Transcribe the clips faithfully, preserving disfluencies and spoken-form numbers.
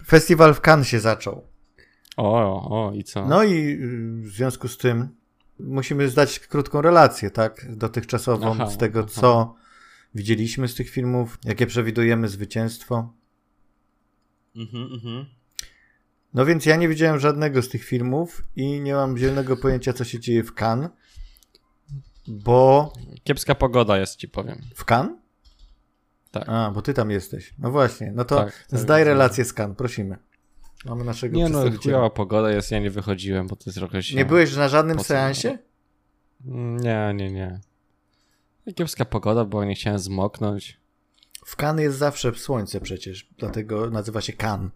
Festiwal w Cannes się zaczął. O, o, i co? No i w związku z tym musimy zdać krótką relację, tak? Dotychczasową Aha, z tego, aha. co widzieliśmy z tych filmów, jakie przewidujemy zwycięstwo. Mhm, mhm. No więc ja nie widziałem żadnego z tych filmów i nie mam zielonego pojęcia, co się dzieje w Cannes, bo... Kiepska pogoda jest, ci powiem. W Cannes? Tak. A, bo ty tam jesteś. No właśnie, no to Tak, tak, zdaj tak. relację z Cannes, prosimy. Mamy naszego Nie no, przedstawiciela. chujowa pogoda jest, ja nie wychodziłem, bo to jest trochę się... Nie byłeś na żadnym Po co? seansie? Nie, nie, nie. Kiepska pogoda, bo nie chciałem zmoknąć. W Cannes jest zawsze słońce przecież, dlatego nazywa się Cannes.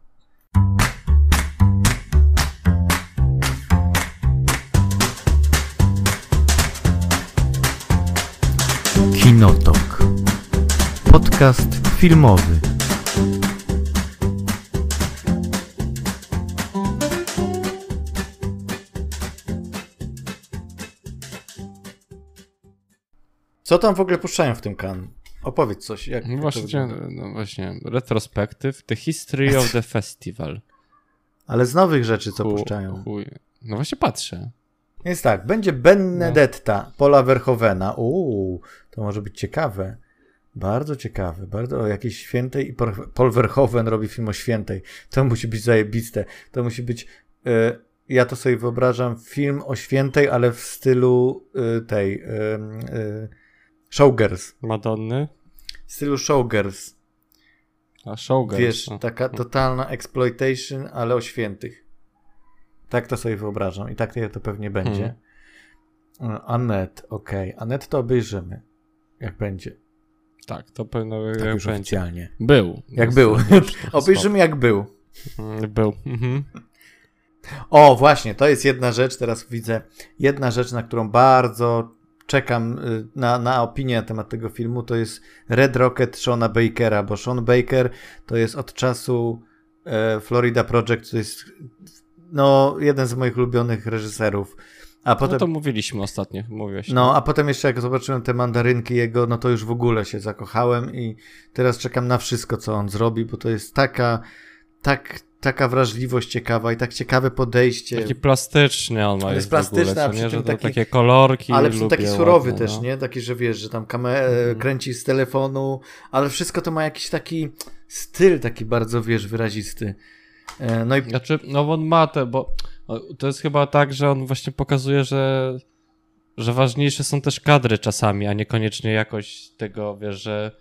Kinotok. Podcast filmowy. Co tam w ogóle puszczają w tym Cannes? Opowiedz coś. Jak No to właśnie, wygląda? no właśnie, retrospective, The History of the Festival. Ale z nowych rzeczy co Chu- puszczają. chuj. No właśnie patrzę. Jest tak, będzie Benedetta Paula Verhoevena. Uuu, to może być ciekawe. Bardzo ciekawe. Bardzo o jakiejś świętej i Paul- Paul Verhoeven robi film o świętej. To musi być zajebiste. To musi być, y, ja to sobie wyobrażam, film o świętej, ale w stylu y, tej y, y, Showgirls. Madonny, W stylu Showgirls. a Showgirls. Wiesz, no. taka totalna exploitation, ale o świętych. Tak to sobie wyobrażam i tak to pewnie będzie. Hmm. Annette, okej. Okay. Annette to obejrzymy, jak będzie. Tak, to pewno Tak jak już będzie. oficjalnie. Był. Jak Więc był. to już trochę Obejrzymy jak był. spoko. Mm, Był. Mhm. O, właśnie, to jest jedna rzecz, teraz widzę, jedna rzecz, na którą bardzo czekam y, na, na opinię na temat tego filmu, to jest Red Rocket Seana Bakera, bo Sean Baker to jest od czasu e, Florida Project, to jest no, jeden z moich ulubionych reżyserów. A potem, No to mówiliśmy ostatnio, mówiłeś. no, a potem jeszcze jak zobaczyłem te mandarynki jego, no to już w ogóle się zakochałem i teraz czekam na wszystko, co on zrobi, bo to jest taka, tak, taka wrażliwość ciekawa i tak ciekawe podejście. Taki plastyczny on ma. On jest jest plastyczny, w ogóle, a co przy nie? tym Że to taki- takie kolorki. Ale przy tym lubię taki surowy ładne, też, no. nie? Taki, że wiesz, że tam kamerę Mhm. kręci z telefonu, ale wszystko to ma jakiś taki styl taki bardzo, wiesz, wyrazisty. E, No i Znaczy, no on ma te, bo o, to jest chyba tak, że on właśnie pokazuje, że, że ważniejsze są też kadry czasami, a niekoniecznie jakość tego, wiesz, że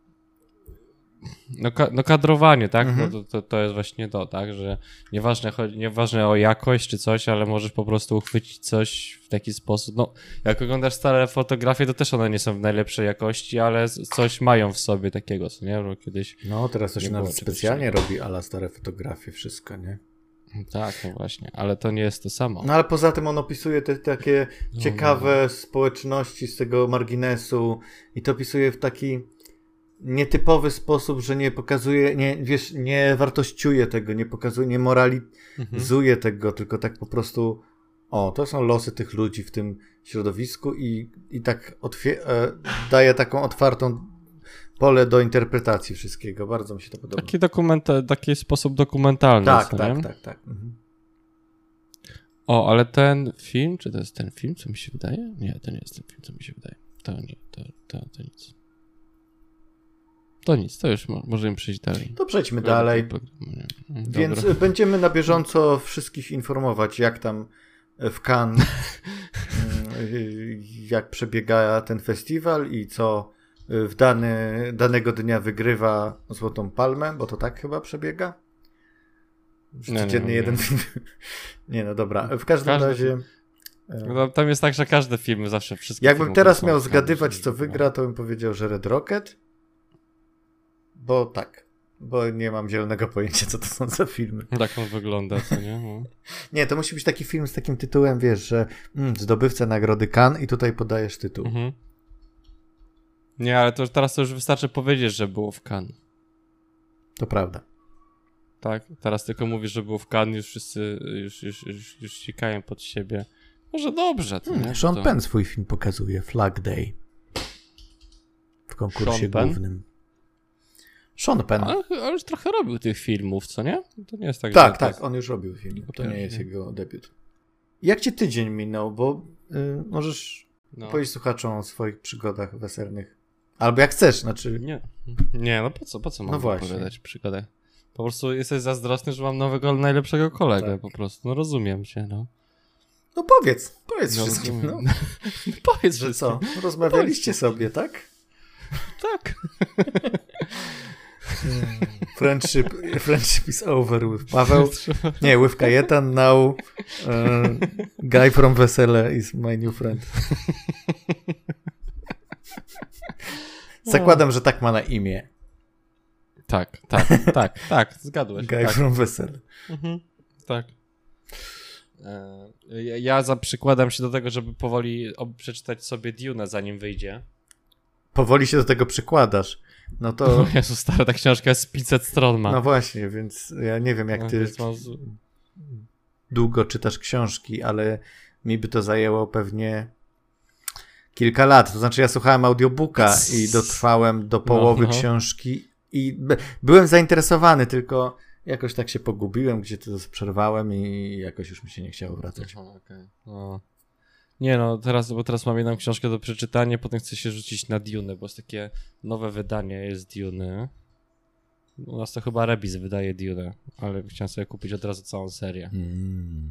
no, ka- no kadrowanie, tak? Mhm. No to, to, to jest właśnie to, tak? Że nieważne, chodzi, nieważne o jakość czy coś, ale możesz po prostu uchwycić coś w taki sposób. No, jak oglądasz stare fotografie, to też one nie są w najlepszej jakości, ale z- coś mają w sobie takiego, co nie? Bo kiedyś... no teraz to się Nie nawet było czegoś specjalnie robi ala stare fotografie, wszystko, nie? Tak, no właśnie, ale to nie jest to samo. No ale poza tym on opisuje te takie No, ciekawe społeczności z tego marginesu i to opisuje w taki nietypowy sposób, że nie pokazuje, nie, wiesz, nie wartościuje tego, nie pokazuje, nie moralizuje Mhm. tego, tylko tak po prostu o, to są losy tych ludzi w tym środowisku i, i tak otwie- e, daje taką otwartą pole do interpretacji wszystkiego. Bardzo mi się to podoba. Taki, dokumenta- taki sposób dokumentalny. Tak, co tak, nie? tak, tak. Mhm. O, ale ten film, czy to jest ten film, co mi się wydaje? Nie, to nie jest ten film, co mi się wydaje. To nie, to, to, to nic. To nic, to już mo- możemy przejść dalej. To przejdźmy dalej. Dobra. Więc y, będziemy na bieżąco wszystkich informować, jak tam w Cannes, y, jak przebiega ten festiwal i co w dany, danego dnia wygrywa Złotą Palmę, bo to tak chyba przebiega? Nie, nie, Codziennie nie. jeden film. Nie, no dobra. W każdym Każdy razie, No, tam jest tak, że każde filmy zawsze wszystkie jakbym filmy teraz są miał w Cannes, zgadywać, że- co wygra, to bym powiedział, że Red Rocket, bo tak, bo nie mam zielonego pojęcia, co to są za filmy. Tak on wygląda, co nie? No. Nie, to musi być taki film z takim tytułem, wiesz, że mm, zdobywca nagrody Cannes i tutaj podajesz tytuł. Mhm. Nie, ale to teraz to już wystarczy powiedzieć, że było w Cannes. To prawda. Tak? Teraz tylko mówisz, że było w Cannes, już wszyscy już, już, już, już sikają pod siebie. Może dobrze, to nie? Hmm, Sean to... Penn swój film pokazuje, Flag Day. W konkursie Sean Penn? głównym. Sean Penn. Ale, ale już trochę robił tych filmów, co nie? To nie jest tak, Tak, że tak, jest... on już robił film. To Okay, nie jest nie. jego debiut. Jak ci tydzień minął? Bo y, możesz No. powiedzieć słuchaczom o swoich przygodach weselnych. Albo jak chcesz, znaczy... Nie, nie, no po co, po co mam No właśnie. opowiadać przygodę? Po prostu jesteś zazdrosny, że mam nowego, najlepszego kolegę, Tak. po prostu. No rozumiem cię, no. No powiedz, powiedz No, wszystkim, no. Powiedz, Że że co? Rozmawialiście sobie, tak? Tak. Friendship, friendship is over with Paweł. Nie, with Kajetan, now uh, guy from Wesele is my new friend. Zakładam, że tak ma na imię. Tak, tak, tak, tak, zgadłeś. Guy tak. from Wesele. Mhm, tak. E, ja, ja za przykładam się do tego, żeby powoli ob- przeczytać sobie Dune, zanim wyjdzie. Powoli się do tego przykładasz. No to... O Jezu, stara, ta książka jest pięćset stron ma. No właśnie, więc ja nie wiem, jak No, ty więc mam z- długo czytasz książki, ale mi by to zajęło pewnie kilka lat. To znaczy ja słuchałem audiobooka i dotrwałem do połowy no. książki i by, byłem zainteresowany, tylko jakoś tak się pogubiłem, gdzie to przerwałem i jakoś już mi się nie chciało wracać. Aha, okay. no. Nie no, teraz, bo teraz mam jedną książkę do przeczytania, potem chcę się rzucić na Dune, bo jest takie nowe wydanie jest Dune. U nas to chyba Rebis wydaje Dune, ale chciałem sobie kupić od razu całą serię. Mm.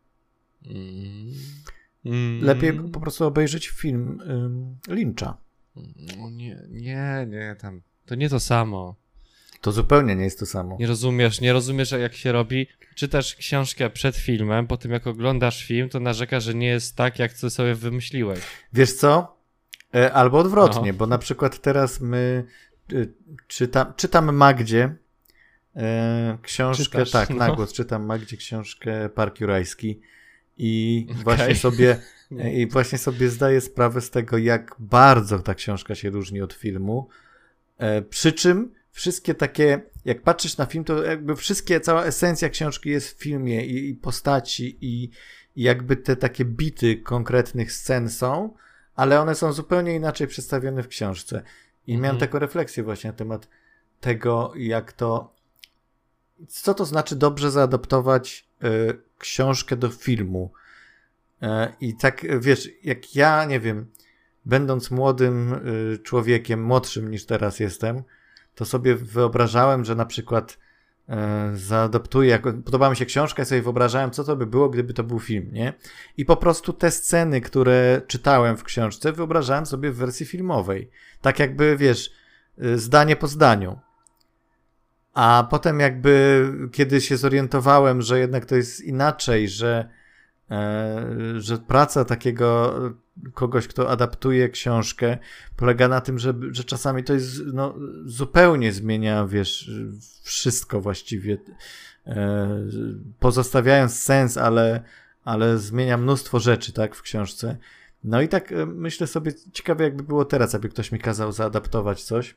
Mm. Mm. Lepiej po prostu obejrzeć film ym, Lyncha. No nie, nie, nie, tam. To nie to samo. To zupełnie nie jest to samo. Nie rozumiesz, nie rozumiesz jak się robi. Czytasz książkę przed filmem, po tym jak oglądasz film, to narzekasz, że nie jest tak, jak to sobie wymyśliłeś. Wiesz co? E, albo odwrotnie, No. bo na przykład teraz my y, czytam, czytam Magdzie e, książkę, Czytasz, tak, no. na głos czytam Magdzie książkę Park Jurajski i Okej. właśnie sobie No. i właśnie sobie zdaję sprawę z tego, jak bardzo ta książka się różni od filmu. E, przy czym wszystkie takie, jak patrzysz na film, to jakby wszystkie, cała esencja książki jest w filmie i, i postaci i, i jakby te takie bity konkretnych scen są, ale one są zupełnie inaczej przedstawione w książce. I Mhm. miałem taką refleksję właśnie na temat tego, jak to, co to znaczy dobrze zaadaptować y, książkę do filmu. Y, I tak, wiesz, jak ja, nie wiem, będąc młodym y, człowiekiem, młodszym niż teraz jestem, to sobie wyobrażałem, że na przykład e, zaadaptuję, jak podobała mi się książka i sobie wyobrażałem, co to by było, gdyby to był film, nie? I po prostu te sceny, które czytałem w książce, wyobrażałem sobie w wersji filmowej. Tak jakby, wiesz, e, zdanie po zdaniu. A potem jakby, kiedy się zorientowałem, że jednak to jest inaczej, że, e, że praca takiego kogoś, kto adaptuje książkę, polega na tym, że, że czasami to jest, no, zupełnie zmienia, wiesz, wszystko właściwie, e, pozostawiając sens, ale, ale zmienia mnóstwo rzeczy, tak, w książce. No i tak e, myślę sobie, ciekawe jakby było teraz, jakby ktoś mi kazał zaadaptować coś,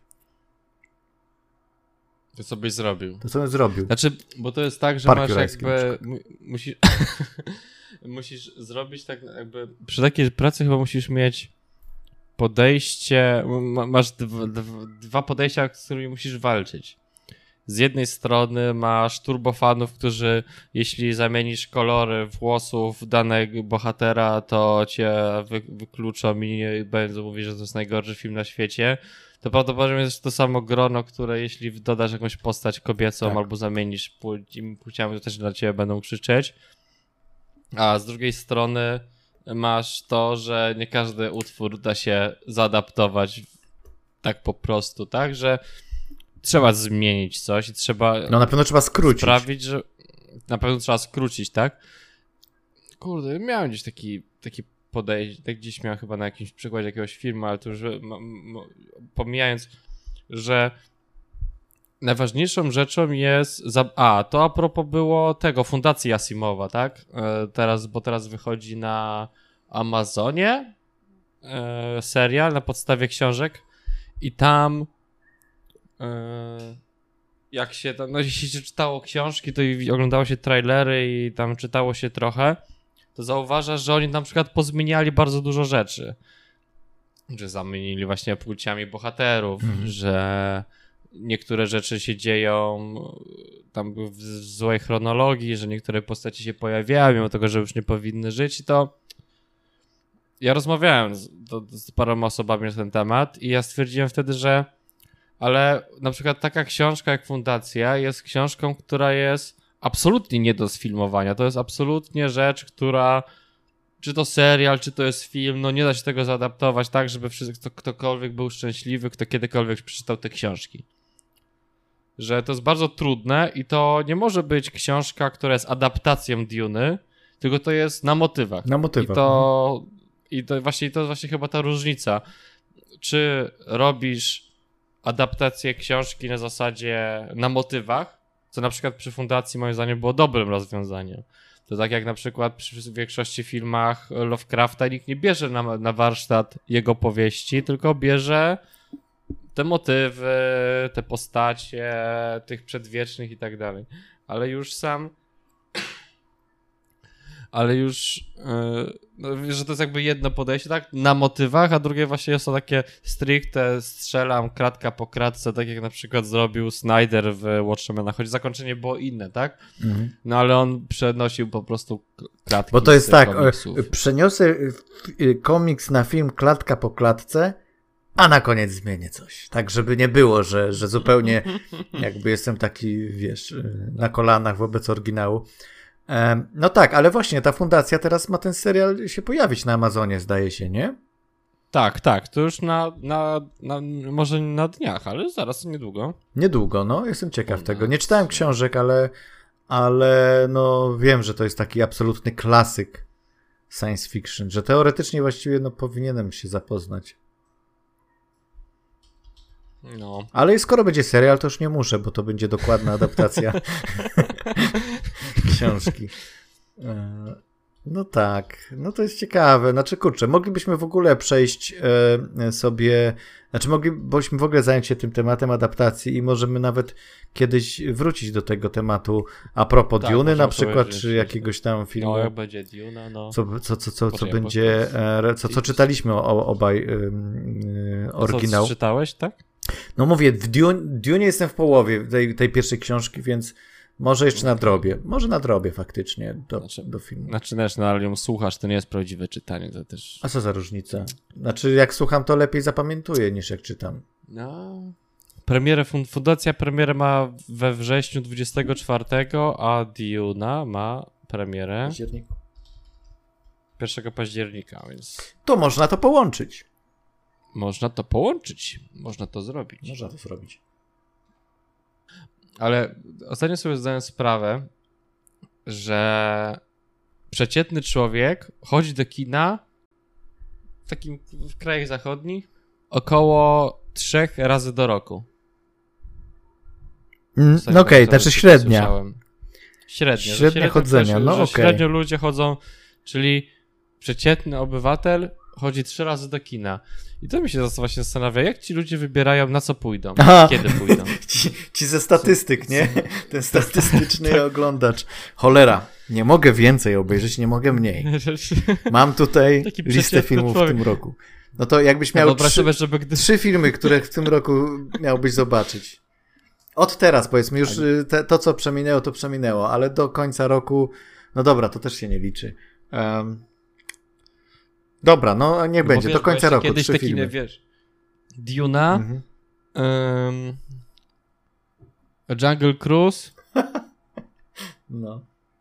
To co byś zrobił? to co bym zrobił? Znaczy, bo to jest tak, że Park masz Jurajski na jakby... Mu, musisz, musisz zrobić tak jakby... Przy takiej pracy chyba musisz mieć podejście... Ma, masz dwa, dwa podejścia, z którymi musisz walczyć. Z jednej strony masz turbofanów, którzy jeśli zamienisz kolory włosów danego bohatera, to cię wy, wykluczą i będą mówić, że to jest najgorszy film na świecie. To prawdopodobnie jest to samo grono, które jeśli dodasz jakąś postać kobiecą Tak. albo zamienisz płci, płciami, to też na ciebie będą krzyczeć. A z drugiej strony masz to, że nie każdy utwór da się zaadaptować tak po prostu, tak? Że trzeba zmienić coś i trzeba No na pewno trzeba skrócić. sprawić, że na pewno trzeba skrócić, tak? Kurde, miałem gdzieś taki, taki podejście, tak gdzieś miałem chyba na jakimś przykładzie jakiegoś filmu, ale to już m- m- pomijając, że najważniejszą rzeczą jest, za, a to a propos było tego, Fundacji Asimowa, tak? E, teraz, bo teraz wychodzi na Amazonie e, serial na podstawie książek i tam e, jak się tam, no jeśli się czytało książki, to i oglądało się trailery i tam czytało się trochę, to zauważasz, że oni na przykład pozmieniali bardzo dużo rzeczy. Że zamienili właśnie płciami bohaterów, Mhm. że niektóre rzeczy się dzieją tam w złej chronologii, że niektóre postaci się pojawiają, mimo tego, że już nie powinny żyć i to ja rozmawiałem z, to, z paroma osobami na ten temat i ja stwierdziłem wtedy, że ale na przykład taka książka jak Fundacja jest książką, która jest absolutnie nie do sfilmowania. To jest absolutnie rzecz, która czy to serial, czy to jest film, no nie da się tego zaadaptować tak, żeby wszyscy, ktokolwiek był szczęśliwy, kto kiedykolwiek przeczytał te książki. Że to jest bardzo trudne i to nie może być książka, która jest adaptacją Duny, tylko to jest na motywach. Na motywach. I to, i to właśnie to jest właśnie chyba ta różnica. Czy robisz adaptację książki na zasadzie na motywach, co na przykład przy Fundacji moim zdaniem było dobrym rozwiązaniem. To tak jak na przykład przy większości filmach Lovecrafta nikt nie bierze na, na warsztat jego powieści, tylko bierze te motywy, te postacie, tych przedwiecznych i tak dalej. Ale już sam ale już yy, no, że to jest jakby jedno podejście, tak? Na motywach, a drugie właśnie jest to takie stricte strzelam kratka po kratce, tak jak na przykład zrobił Snyder w Watchmena, choć zakończenie było inne, tak? Mhm. No ale on przenosił po prostu klatki. Bo to jest tak, komiksów. Przeniosę komiks na film klatka po klatce, a na koniec zmienię coś. Tak, żeby nie było, że, że zupełnie jakby jestem taki, wiesz, na kolanach wobec oryginału. No tak, ale właśnie ta Fundacja teraz ma ten serial się pojawić na Amazonie, zdaje się, nie? Tak, tak, to już na, na, na może na dniach, ale zaraz niedługo. Niedługo, no, jestem ciekaw no, tego. Nie czytałem książek, ale, ale no wiem, że to jest taki absolutny klasyk science fiction, że teoretycznie właściwie no powinienem się zapoznać. No. Ale skoro będzie serial, to już nie muszę, bo to będzie dokładna adaptacja książki. No tak, no to jest ciekawe. Znaczy kurczę, moglibyśmy w ogóle przejść e, sobie, znaczy moglibyśmy w ogóle zająć się tym tematem adaptacji i możemy nawet kiedyś wrócić do tego tematu a propos tak, Duny na przykład, czy jakiegoś tam filmu. No jak będzie Duna, no. Co, co, co, co, co będzie, e, co, co czytaliśmy o, obaj e, e, oryginał. Co czytałeś, tak? No mówię, w Dune, Dune jestem w połowie tej, tej pierwszej książki, więc może jeszcze nadrobię. Może nadrobię faktycznie do, znaczy, do filmu. Znaczy, wiesz, no ale ją słuchasz, to nie jest prawdziwe czytanie, to też... A co za różnica? Znaczy, jak słucham, to lepiej zapamiętuję, niż jak czytam. No... Premierę, Fundacja premierę ma we wrześniu dwudziestego czwartego, a Duna ma premierę... Październiku. pierwszego października, więc... To można to połączyć. Można to połączyć. Można to zrobić. Można to zrobić. Ale ostatnio sobie zdałem sprawę, że przeciętny człowiek chodzi do kina w takim w krajach zachodnich około trzech razy do roku. Mm, no okej, okay, znaczy średnia. Średnia. Średnia, średnia chodzenia, no okej. Okay. Średnio ludzie chodzą, czyli przeciętny obywatel chodzi trzy razy do kina. I to mi się właśnie zastanawia, jak ci ludzie wybierają, na co pójdą, Aha. kiedy pójdą. ci, ci ze statystyk, nie? Ten statystyczny tak. oglądacz. Cholera, nie mogę więcej obejrzeć, nie mogę mniej. Mam tutaj Taki listę filmów człowiek. w tym roku. No to jakbyś miał no trzy, sobie, żeby gdy... trzy filmy, które w tym roku miałbyś zobaczyć. Od teraz, powiedzmy, już te, to, co przeminęło, to przeminęło, ale do końca roku, no dobra, to też się nie liczy. Um, Dobra, no niech no będzie, wiesz, do końca roku, kiedyś trzy taki, filmy. Wiesz, Duna, mhm. um, Jungle Cruise. No.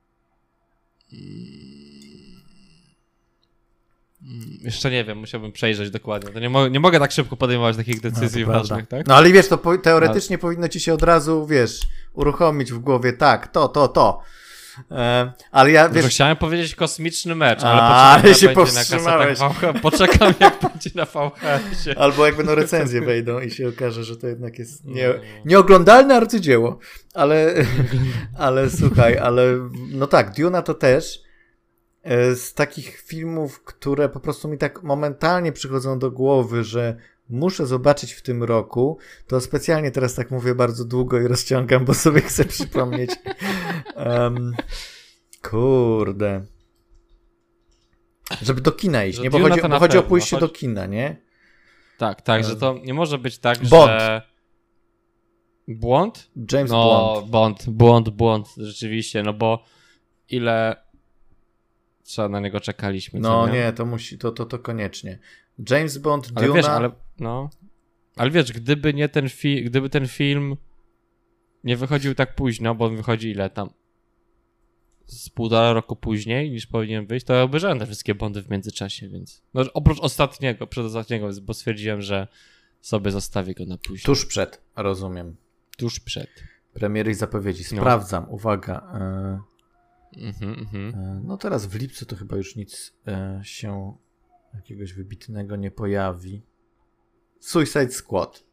Jeszcze nie wiem, musiałbym przejrzeć dokładnie. To nie, mo- nie mogę tak szybko podejmować takich decyzji no, ważnych, tak? No ale wiesz, to po- teoretycznie ale... powinno ci się od razu, wiesz, uruchomić w głowie, tak, to, to, to. E, ale ja, wiesz... Chciałem powiedzieć kosmiczny mecz, ale A, poczekam, się jak powstrzymałeś. Na V H. Poczekam, jak będzie na V H S-ie. Albo jak będą recenzje wejdą i się okaże, że to jednak jest nie, nieoglądalne arcydzieło. Ale, ale słuchaj, ale no tak, Duna to też z takich filmów, które po prostu mi tak momentalnie przychodzą do głowy, że muszę zobaczyć w tym roku, to specjalnie teraz tak mówię bardzo długo i rozciągam, bo sobie chcę przypomnieć. Um, kurde. Żeby do kina iść, nie? Bo chodzi, bo chodzi o pójście chodzi... do kina, nie? Tak, tak, um, że to nie może być tak, Bond. że... Błąd? James no, Bond. Bond, błąd, błąd, rzeczywiście, no bo ile trzeba na niego czekaliśmy. No nie? nie, to musi, to, to, to koniecznie. James Bond, ale Duna... Wiesz, ale, no, ale wiesz, gdyby nie ten film, gdyby ten film nie wychodził tak późno, bo on wychodzi ile tam? Z półtora roku później niż powinien wyjść, to ja obejrzałem te wszystkie Bondy w międzyczasie, więc... No oprócz ostatniego, przedostatniego, bo stwierdziłem, że sobie zostawię go na później. Tuż przed, rozumiem. Tuż przed. Premiery i zapowiedzi. Sprawdzam, no. Uwaga. E, mhm, mhm. e, no teraz w lipcu to chyba już nic e, się jakiegoś wybitnego nie pojawi. Suicide Squad.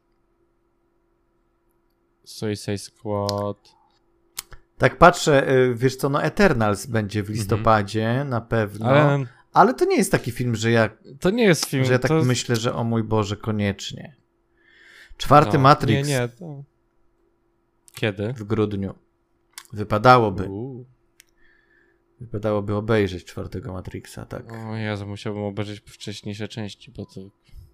Suicide Squad... Tak patrzę, wiesz co, no Eternals będzie w listopadzie, mhm. na pewno, ale... ale to nie jest taki film, że ja to nie jest film, że ja tak to... myślę, że o mój Boże, koniecznie. Czwarty no, Matrix. Nie, nie, to... Kiedy? W grudniu. Wypadałoby. Uu. Wypadałoby obejrzeć czwartego Matrixa, tak. O Jezu, musiałbym obejrzeć wcześniejsze części, bo to...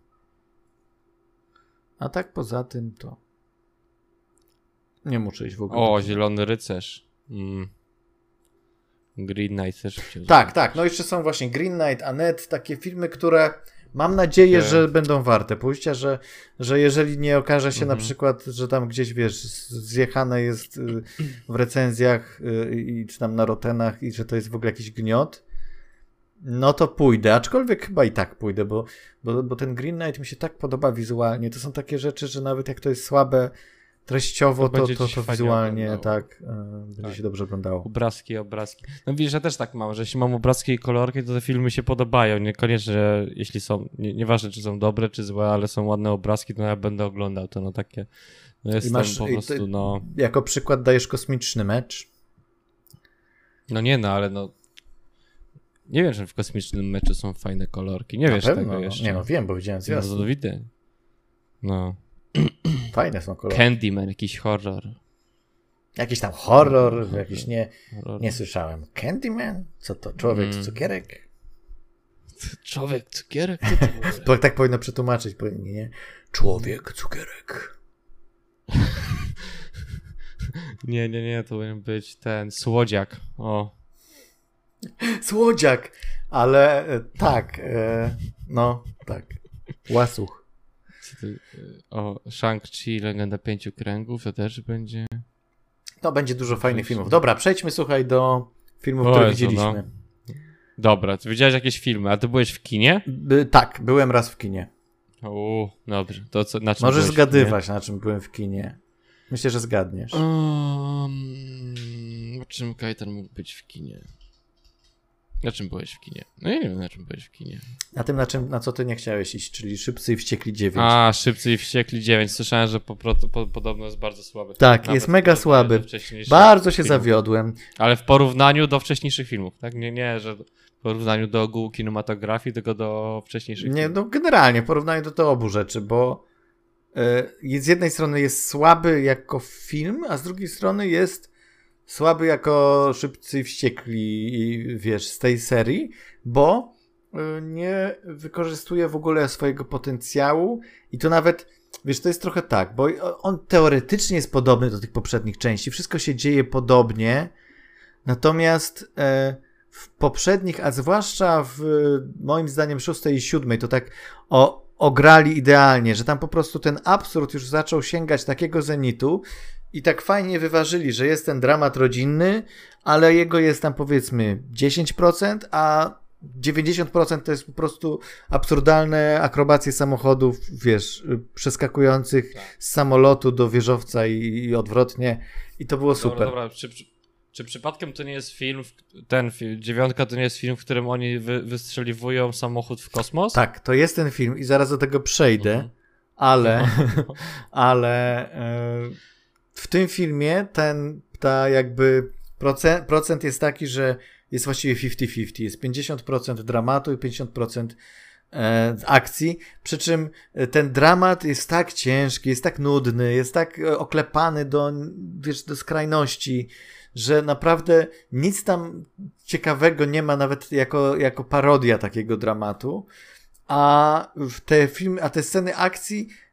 A tak poza tym to... Nie muszę iść w ogóle. O, Zielony Rycerz. Mm. Green Knight też chciał Tak, zobaczyć. tak. No jeszcze są właśnie Green Knight, Annette, takie filmy, które mam nadzieję, okay. że będą warte pójścia, że, że jeżeli nie okaże się mhm. na przykład, że tam gdzieś, wiesz, zjechane jest w recenzjach i czy tam na Rottenach i że to jest w ogóle jakiś gniot, no to pójdę. Aczkolwiek chyba i tak pójdę, bo, bo, bo ten Green Knight mi się tak podoba wizualnie. To są takie rzeczy, że nawet jak to jest słabe treściowo, to, to, to, to wizualnie tak yy, będzie tak. się dobrze oglądało. Obrazki, obrazki. No widzisz, ja też tak mam, że jeśli mam obrazki i kolorki, to te filmy się podobają. Niekoniecznie, jeśli są, nie, nieważne czy są dobre, czy złe, ale są ładne obrazki, to ja będę oglądał to, no takie, no jestem masz, po prostu, ty, no... Jako przykład dajesz Kosmiczny Mecz? No nie, no ale no... Nie wiem, że w Kosmicznym Meczu są fajne kolorki, nie Na wiesz pewno, tego jeszcze. Nie no, wiem, bo widziałem zwiastun. No to widzę. No. Fajne są kolorki. Candyman, jakiś horror. Jakiś tam horror, no, jakiś nie, horror. Nie słyszałem. Candyman? Co to? Człowiek mm. cukierek? Człowiek cukierek? Co to tak powinno przetłumaczyć, powinni, nie? Człowiek cukierek. nie, nie, nie, to powinien być ten słodziak. O. Słodziak, ale e, tak, e, no, tak. Łasuch. O, Shang-Chi, Legenda Pięciu Kręgów, to też będzie... No, będzie dużo fajnych filmów. Dobra, przejdźmy, słuchaj, do filmów, o które Jezu, widzieliśmy. No. Dobra, ty widziałeś jakieś filmy, a ty byłeś w kinie? By, tak, byłem raz w kinie. Uuu, dobrze. To co, na czym Możesz zgadywać, na czym byłem w kinie. Myślę, że zgadniesz. Um, na czym Kajtan mógł być w kinie? Na czym byłeś w kinie? No ja nie wiem, na czym byłeś w kinie. Na tym, na, czym, na co ty nie chciałeś iść, czyli Szybcy i Wściekli dziewięć. A, Szybcy i Wściekli dziewięć. Słyszałem, że po, po, podobno jest bardzo słaby. Tak, Nawet jest mega słaby. Bardzo się filmów. zawiodłem. Ale w porównaniu do wcześniejszych filmów, tak? Nie, nie, że w porównaniu do ogółu kinematografii, tylko do wcześniejszych nie, filmów. No generalnie, w porównaniu do tego obu rzeczy, bo yy, z jednej strony jest słaby jako film, a z drugiej strony jest słaby jako Szybcy i Wściekli, wiesz, z tej serii, bo nie wykorzystuje w ogóle swojego potencjału i to nawet, wiesz, to jest trochę tak, bo on teoretycznie jest podobny do tych poprzednich części, wszystko się dzieje podobnie, natomiast w poprzednich, a zwłaszcza w moim zdaniem szóstej i siódmej, to tak o, ograli idealnie, że tam po prostu ten absurd już zaczął sięgać takiego zenitu, i tak fajnie wyważyli, że jest ten dramat rodzinny, ale jego jest tam powiedzmy dziesięć procent, a dziewięćdziesiąt procent to jest po prostu absurdalne akrobacje samochodów, wiesz, przeskakujących tak. z samolotu do wieżowca i, i odwrotnie. I to było dobra, super. Dobra, czy, czy, czy przypadkiem to nie jest film, ten film, dziewiątka to nie jest film, w którym oni wy, wystrzeliwują samochód w kosmos? Tak, to jest ten film i zaraz do tego przejdę, mhm. ale, ale... Yy... W tym filmie ten, ta jakby procent, procent jest taki, że jest właściwie pięćdziesiąt pięćdziesiąt. Jest pięćdziesiąt procent dramatu i pięćdziesiąt procent e, akcji. Przy czym ten dramat jest tak ciężki, jest tak nudny, jest tak oklepany do, wiesz, do skrajności, że naprawdę nic tam ciekawego nie ma nawet jako, jako parodia takiego dramatu. A w te filmy, a te sceny akcji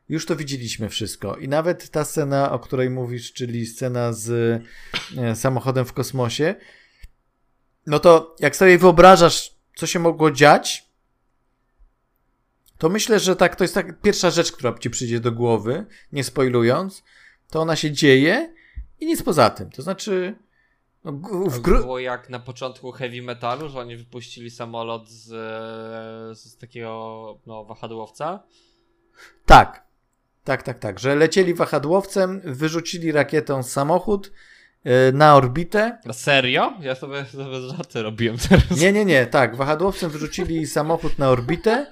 już to widzieliśmy wszystko. I nawet ta scena, o której mówisz, czyli scena z e, samochodem w kosmosie, no to jak sobie wyobrażasz, co się mogło dziać, to myślę, że tak, to jest tak pierwsza rzecz, która ci przyjdzie do głowy, nie spoilując, to ona się dzieje i nic poza tym. To znaczy... No, w gru... było jak na początku heavy metalu, że oni wypuścili samolot z, z takiego no, wahadłowca. Tak, tak, tak, tak, że lecieli wahadłowcem, wyrzucili rakietą samochód yy, na orbitę. Na serio? Ja sobie, sobie żarty robiłem teraz. Nie, nie, nie, tak, wahadłowcem wyrzucili samochód na orbitę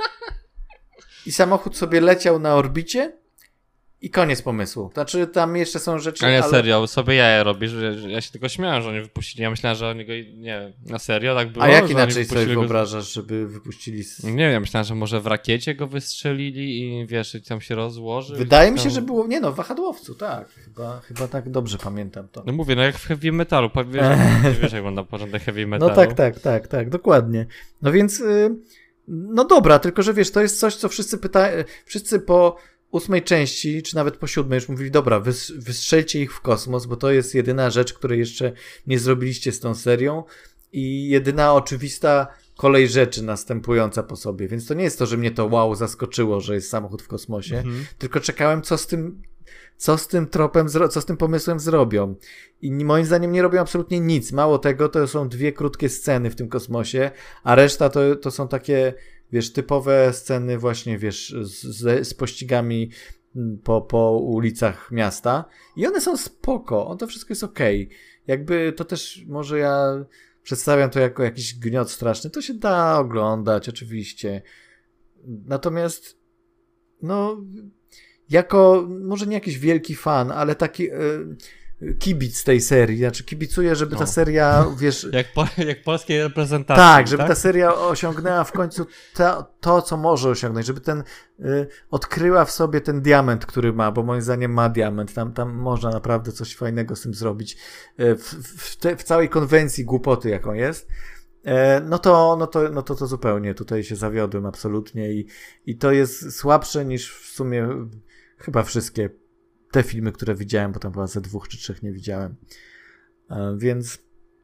i samochód sobie leciał na orbicie. I koniec pomysłu. Znaczy, tam jeszcze są rzeczy... A nie, ale... serio, sobie jaja robisz. Ja się tylko śmiałem, że oni wypuścili. Ja myślałem, że oni go... Nie, na serio tak było? A jak że inaczej sobie go... wyobrażasz, żeby wypuścili... Z... Nie wiem, myślałem, że może w rakiecie go wystrzelili i wiesz, i tam się rozłoży. Wydaje mi tam... się, że było... Nie no, w wahadłowcu, tak. Chyba, chyba tak dobrze pamiętam to. No mówię, no jak w heavy metalu. Wiesz, nie wiesz, jak wygląda porządek heavy metalu. No tak, tak, tak, tak, dokładnie. No więc... Yy... No dobra, tylko że wiesz, to jest coś, co wszyscy pytają... Wszyscy po... ósmej części, czy nawet po siódmej już mówili, dobra, wys- wystrzelcie ich w kosmos, bo to jest jedyna rzecz, której jeszcze nie zrobiliście z tą serią i jedyna oczywista kolej rzeczy następująca po sobie, więc to nie jest to, że mnie to wow zaskoczyło, że jest samochód w kosmosie, mhm. tylko czekałem, co z tym co z tym tropem, zro- co z tym pomysłem zrobią. I moim zdaniem nie robią absolutnie nic. Mało tego, to są dwie krótkie sceny w tym kosmosie, a reszta to, to są takie, wiesz, typowe sceny właśnie, wiesz, z, z pościgami po, po ulicach miasta. I one są spoko. On to wszystko jest okej. Okay. Jakby to też, może ja przedstawiam to jako jakiś gniot straszny. To się da oglądać, oczywiście. Natomiast, no... Jako, może nie jakiś wielki fan, ale taki e, kibic tej serii, znaczy kibicuję, żeby no. ta seria, wiesz... jak, po, jak polskiej reprezentacji. Tak, żeby tak? ta seria osiągnęła w końcu to, to, co może osiągnąć, żeby ten, y, odkryła w sobie ten diament, który ma, bo moim zdaniem ma diament, tam, tam można naprawdę coś fajnego z tym zrobić, y, w, w, te, w całej konwencji głupoty, jaką jest. No to, no to, no to, to zupełnie tutaj się zawiodłem absolutnie i, i to jest słabsze niż w sumie chyba wszystkie te filmy, które widziałem, bo tam chyba ze dwóch czy trzech nie widziałem. Więc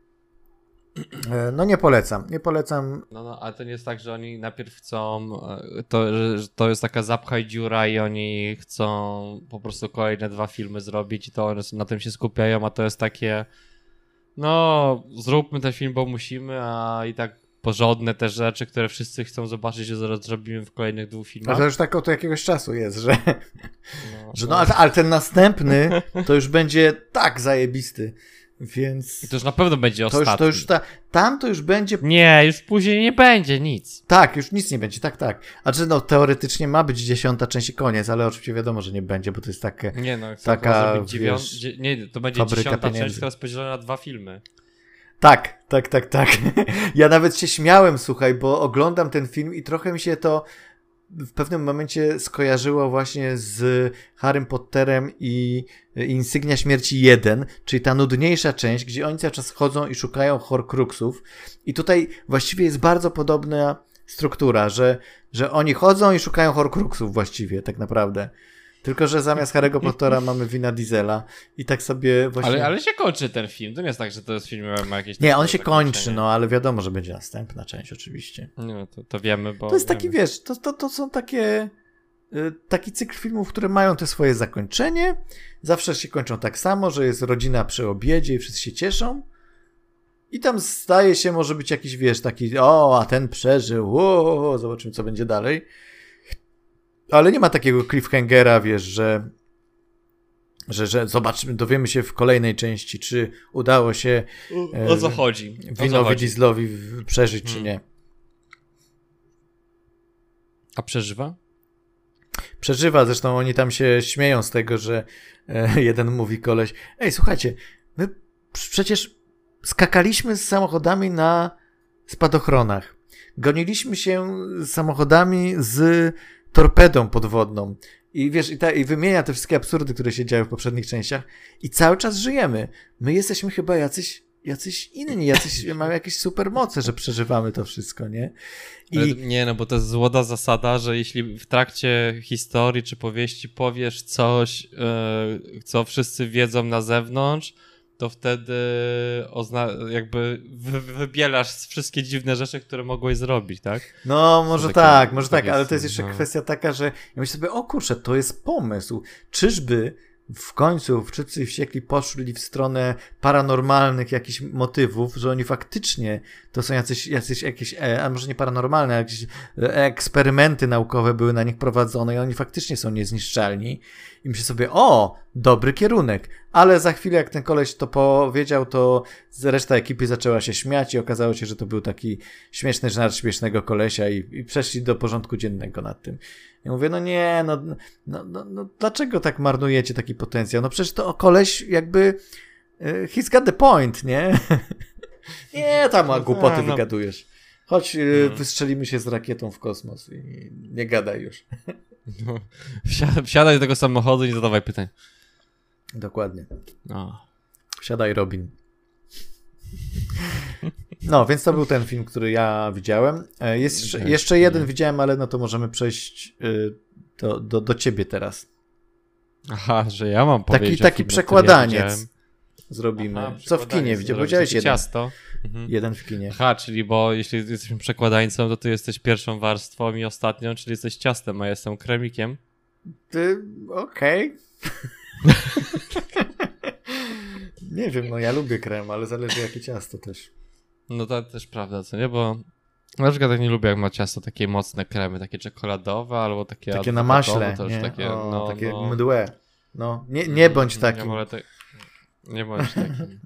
no nie polecam, nie polecam. No, no, ale to nie jest tak, że oni najpierw chcą, to, że to jest taka zapchaj dziura i oni chcą po prostu kolejne dwa filmy zrobić i to one na tym się skupiają, a to jest takie no, zróbmy ten film, bo musimy, a i tak porządne te rzeczy, które wszyscy chcą zobaczyć, że zaraz zrobimy w kolejnych dwóch filmach. A to już tak od jakiegoś czasu jest, że no, że no ale, ale ten następny to już będzie tak zajebisty, więc... I to już na pewno będzie to ostatni. Już, to już ta, tam to już będzie... Nie, już później nie będzie nic. Tak, już nic nie będzie, tak, tak. A czy no teoretycznie ma być dziesiąta część i koniec, ale oczywiście wiadomo, że nie będzie, bo to jest takie... Nie no, taka, zrobić dziewią... wiesz, Dzie... Nie, to będzie dziesiąta pieniędzy. Część, która jest podzielona na dwa filmy. Tak, tak, tak, tak. Ja nawet się śmiałem, słuchaj, bo oglądam ten film i trochę mi się to w pewnym momencie skojarzyło właśnie z Harrym Potterem i Insygnia Śmierci jeden, czyli ta nudniejsza część, gdzie oni cały czas chodzą i szukają Horcruxów. I tutaj właściwie jest bardzo podobna struktura, że, że oni chodzą i szukają Horcruxów właściwie, tak naprawdę. Tylko że zamiast Harry'ego Pottera mamy Vina Diesela i tak sobie właśnie... Ale, ale się kończy ten film, to nie jest tak, że to jest film, ma jakieś... Nie, on się kończy, no, ale wiadomo, że będzie następna część oczywiście. No, to, to wiemy, bo... To jest wiemy. taki, wiesz, to, to, to są takie... Y, taki cykl filmów, które mają te swoje zakończenie, zawsze się kończą tak samo, że jest rodzina przy obiedzie i wszyscy się cieszą i tam staje się, może być jakiś, wiesz, taki, o, a ten przeżył, o, zobaczymy, co będzie dalej. Ale nie ma takiego cliffhangera, wiesz, że, że, że zobaczymy, dowiemy się w kolejnej części, czy udało się o, o co chodzi? Vinowi Dieselowi przeżyć, hmm. czy nie. A przeżywa? Przeżywa, zresztą oni tam się śmieją z tego, że e, jeden mówi koleś, ej, słuchajcie, my przecież skakaliśmy z samochodami na spadochronach. Goniliśmy się z samochodami z torpedą podwodną. I wiesz, i, ta, i wymienia te wszystkie absurdy, które się działy w poprzednich częściach i cały czas żyjemy. My jesteśmy chyba jacyś, jacyś inni, jacyś mają jakieś supermoce, że przeżywamy to wszystko, nie? I... Ale nie, no bo to jest złota zasada, że jeśli w trakcie historii czy powieści powiesz coś, yy, co wszyscy wiedzą na zewnątrz, to wtedy ozna- jakby wy- wybielasz wszystkie dziwne rzeczy, które mogłeś zrobić, tak? No, może tak, może tak, ale to jest no. jeszcze kwestia taka, że ja myślę sobie, o kurczę, to jest pomysł. Czyżby w końcu wszyscy wściekli poszli w stronę paranormalnych jakichś motywów, że oni faktycznie to są jacyś, jacyś jakieś, a może nie paranormalne, jakieś eksperymenty naukowe były na nich prowadzone i oni faktycznie są niezniszczalni. I myślę sobie, o, dobry kierunek. Ale za chwilę, jak ten koleś to powiedział, to reszta ekipy zaczęła się śmiać i okazało się, że to był taki śmieszny żart śmiesznego kolesia i, i przeszli do porządku dziennego nad tym. Ja mówię, no nie, no, no, no, no dlaczego tak marnujecie taki potencjał? No przecież to koleś jakby uh, he's got the point, nie? Nie, tam a głupoty no. wygadujesz. Chodź, no. wystrzelimy się z rakietą w kosmos i nie gadaj już. No. Wsiadaj do tego samochodu i nie zadawaj pytań. Dokładnie. No. Wsiadaj, Robin. No, więc to był ten film, który ja widziałem. Jest jeszcze, jeszcze jeden widziałem, ale no to możemy przejść do, do, do ciebie teraz. Aha, że ja mam powiedzieć. Taki, taki film, przekładaniec ja zrobimy. Aha, co w kinie widziałeś? Powiedziałeś jeden. Ciasto. Mhm. Jeden w kinie. Aha, czyli bo jeśli jesteśmy przekładańcą, to ty jesteś pierwszą warstwą i ostatnią, czyli jesteś ciastem, a ja jestem kremikiem. Ty, okej. Okay. Nie wiem, no ja lubię krem, ale zależy jakie ciasto też. No to też prawda, co nie? Bo na przykład tak nie lubię, jak ma ciasto takie mocne kremy, takie czekoladowe albo takie... Takie na maśle, to już nie? Takie, o, no, takie no. mdłe. No, nie, nie bądź takim. Nie, te... nie bądź takim.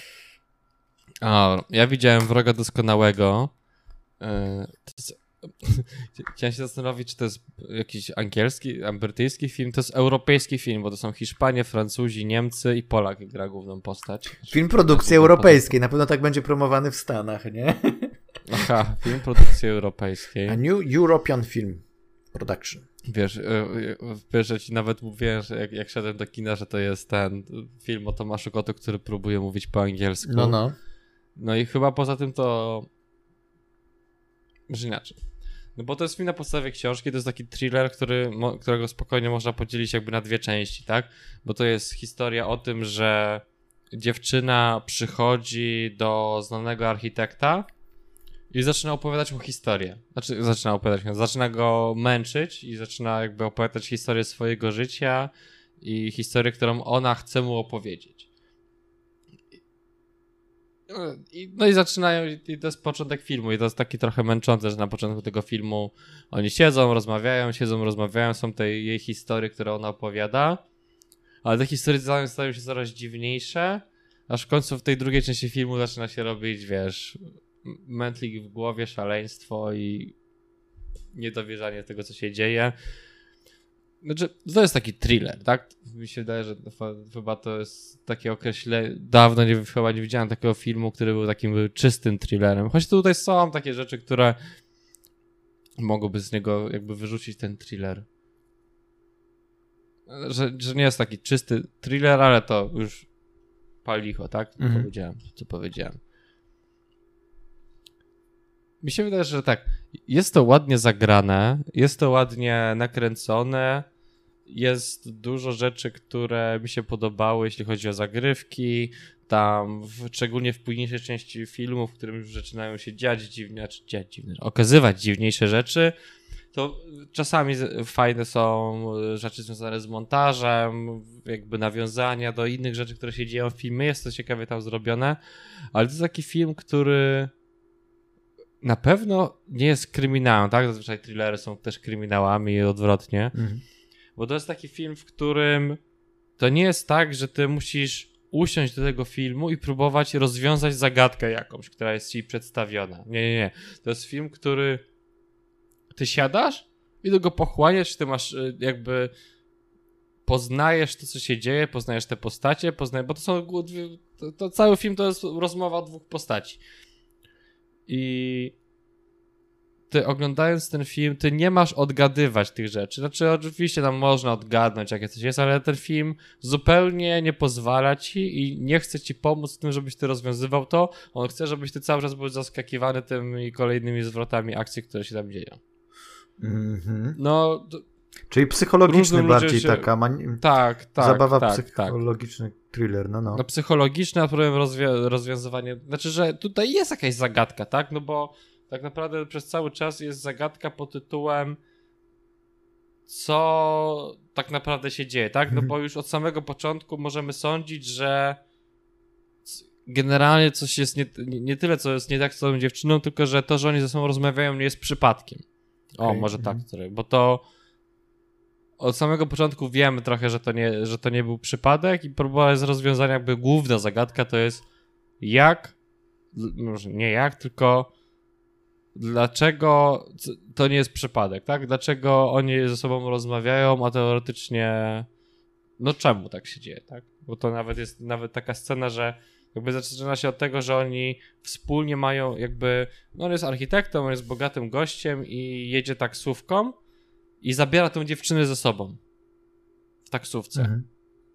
A, ja widziałem Wroga Doskonałego. To jest... Chciałem się zastanowić, czy to jest jakiś angielski, brytyjski film. To jest europejski film, bo to są Hiszpanie, Francuzi, Niemcy i Polak gra główną postać. Film produkcji europejskiej. Na pewno tak będzie promowany w Stanach, nie? Aha, film produkcji europejskiej. A New European Film Production. Wiesz, wiesz, że ci nawet mówiłem, że jak, jak szedłem do kina, że to jest ten film o Tomaszu Kotu, który próbuje mówić po angielsku. No, no. No i chyba poza tym to... Może inaczej. No bo to jest film na podstawie książki, to jest taki thriller, który, mo, którego spokojnie można podzielić jakby na dwie części, tak? Bo to jest historia o tym, że dziewczyna przychodzi do znanego architekta i zaczyna opowiadać mu historię. Znaczy, zaczyna opowiadać, zaczyna go męczyć i zaczyna jakby opowiadać historię swojego życia i historię, którą ona chce mu opowiedzieć. I, no i zaczynają, i to jest początek filmu i to jest taki trochę męczące, że na początku tego filmu oni siedzą, rozmawiają, siedzą, rozmawiają, są te jej historie, które ona opowiada, ale te historie stają, stają się coraz dziwniejsze, aż w końcu w tej drugiej części filmu zaczyna się robić, wiesz, mętlik w głowie, szaleństwo i niedowierzanie tego, co się dzieje. Znaczy, to jest taki thriller, tak? Mi się wydaje, że chyba to jest takie określenie. Dawno nie, chyba nie widziałem takiego filmu, który był takim czystym thrillerem. Choć tutaj są takie rzeczy, które mogłyby z niego jakby wyrzucić ten thriller. Że, że nie jest taki czysty thriller, ale to już pal licho, tak? Co mhm. powiedziałem, co powiedziałem. Mi się wydaje, że tak, jest to ładnie zagrane, jest to ładnie nakręcone, jest dużo rzeczy, które mi się podobały, jeśli chodzi o zagrywki, tam w, szczególnie w późniejszej części filmu, w którym już zaczynają się dziać dziwne, czy dziać dziwne, okazywać dziwniejsze rzeczy, to czasami fajne są rzeczy związane z montażem, jakby nawiązania do innych rzeczy, które się dzieją w filmie, jest to ciekawie tam zrobione, ale to jest taki film, który na pewno nie jest kryminałem, tak? Zazwyczaj thrillery są też kryminałami i odwrotnie. Mhm. Bo to jest taki film, w którym to nie jest tak, że ty musisz usiąść do tego filmu i próbować rozwiązać zagadkę jakąś, która jest ci przedstawiona. Nie, nie, nie. To jest film, który ty siadasz i do go pochłaniasz, ty masz jakby poznajesz to, co się dzieje, poznajesz te postacie, poznajesz, bo to są to, to cały film to jest rozmowa o dwóch postaci. I ty oglądając ten film, ty nie masz odgadywać tych rzeczy. Znaczy oczywiście tam można odgadnąć, jakie coś jest, ale ten film zupełnie nie pozwala ci i nie chce ci pomóc w tym, żebyś ty rozwiązywał to. On chce, żebyś ty cały czas był zaskakiwany tymi kolejnymi zwrotami akcji, które się tam dzieją. Mhm. No... To... Czyli psychologiczny Różnym bardziej się... taka mani... tak, tak, zabawa tak, psychologiczny tak. Thriller, no no. No psychologiczny, a problem rozwią- rozwiązywanie, znaczy, że tutaj jest jakaś zagadka, tak, no bo tak naprawdę przez cały czas jest zagadka pod tytułem co tak naprawdę się dzieje, tak, no bo już od samego początku możemy sądzić, że generalnie coś jest nie, nie, nie tyle, co jest nie tak z tą dziewczyną, tylko że to, że oni ze sobą rozmawiają, nie jest przypadkiem. O, okay. może tak, bo to od samego początku wiemy trochę, że to nie, że to nie był przypadek i próba jest rozwiązania, jakby główna zagadka to jest jak, może nie jak, tylko dlaczego to nie jest przypadek, tak? Dlaczego oni ze sobą rozmawiają, a teoretycznie no czemu tak się dzieje, tak? Bo to nawet jest nawet taka scena, że jakby zaczyna się od tego, że oni wspólnie mają jakby, no on jest architektem, on jest bogatym gościem i jedzie taksówką i zabiera tą dziewczynę ze sobą w taksówce. Mhm.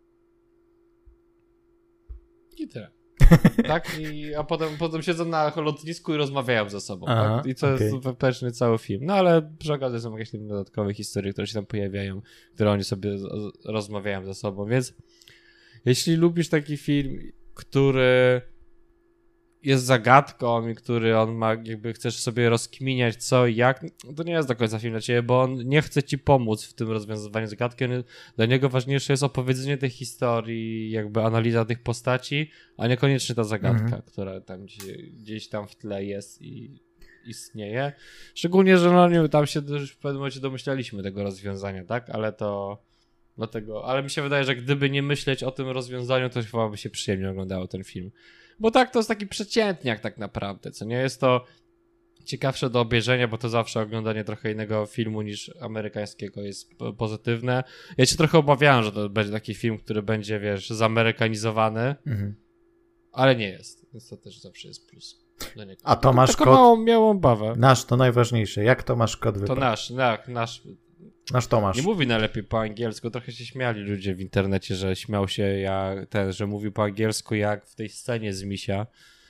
I tyle. Tak? I, a potem, potem siedzą na lotnisku i rozmawiają ze sobą. Aha, tak? I to okay. jest wewnętrzny cały film. No ale przy okazji są jakieś dodatkowe historie, które się tam pojawiają, które oni sobie rozmawiają ze sobą. Więc jeśli lubisz taki film, który jest zagadką i który on ma, jakby chcesz sobie rozkminiać co i jak, to nie jest do końca film dla ciebie, bo on nie chce ci pomóc w tym rozwiązywaniu zagadki. Dla niego ważniejsze jest opowiedzenie tej historii, jakby analiza tych postaci, a niekoniecznie ta zagadka, mhm. która tam gdzieś, gdzieś tam w tle jest i istnieje. Szczególnie, że no nie, tam się już w pewnym momencie domyślaliśmy tego rozwiązania, tak? Ale to dlatego, ale mi się wydaje, że gdyby nie myśleć o tym rozwiązaniu, to chyba by się przyjemnie oglądało ten film. Bo tak, to jest taki przeciętniak tak naprawdę, co nie jest to ciekawsze do obejrzenia, bo to zawsze oglądanie trochę innego filmu niż amerykańskiego jest pozytywne. Ja się trochę obawiałem, że to będzie taki film, który będzie, wiesz, zamerykanizowany, mhm. ale nie jest, więc to też zawsze jest plus. A Tomasz Kot? Małą, miałą obawę. Nasz, to najważniejsze. Jak Tomasz Kot wypadł? To nasz, tak, nasz. Nasz Tomasz. Nie mówi najlepiej po angielsku, trochę się śmiali ludzie w internecie, że śmiał się jak ten, że mówił po angielsku jak w tej scenie z Misia,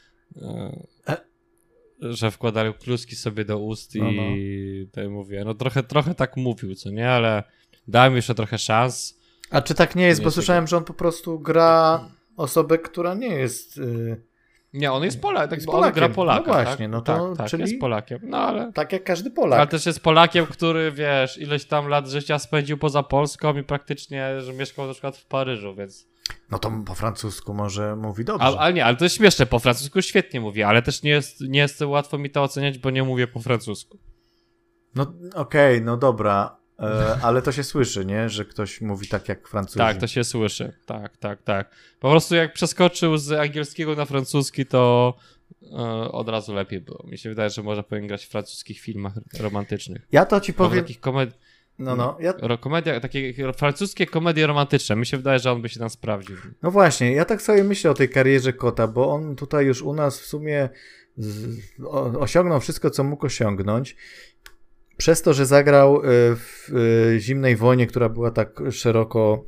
e? że wkładali kluski sobie do ust no, i no. tak mówię, no trochę, trochę tak mówił, co nie, ale dałem jeszcze trochę szans. A czy tak nie jest, nie bo jest słyszałem, tego... że on po prostu gra osobę, która nie jest... Yy... Nie, on jest Polakiem, tak, bo on gra Polaka. No właśnie, tak? no to tak, tak, czyli... jest Polakiem, no ale... Tak jak każdy Polak. Ale też jest Polakiem, który, wiesz, ileś tam lat życia spędził poza Polską i praktycznie, że mieszkał na przykład w Paryżu, więc... No to po francusku może mówi dobrze. Ale, ale nie, ale to jest śmieszne, po francusku świetnie mówi, ale też nie jest, nie jest łatwo mi to oceniać, bo nie mówię po francusku. No okej, okay, no dobra. Ale to się słyszy, nie? Że ktoś mówi tak jak Francuzi. Tak, to się słyszy. Tak, tak, tak. Po prostu jak przeskoczył z angielskiego na francuski, to e, od razu lepiej było. Mi się wydaje, że może powinien grać w francuskich filmach romantycznych. Ja to ci powiem... Takich komed... No, no. Ja... Komedia, takie francuskie komedie romantyczne. Mi się wydaje, że on by się tam sprawdził. No właśnie, ja tak sobie myślę o tej karierze Kota, bo on tutaj już u nas w sumie z... osiągnął wszystko, co mógł osiągnąć. Przez to, że zagrał w Zimnej Wojnie, która była tak szeroko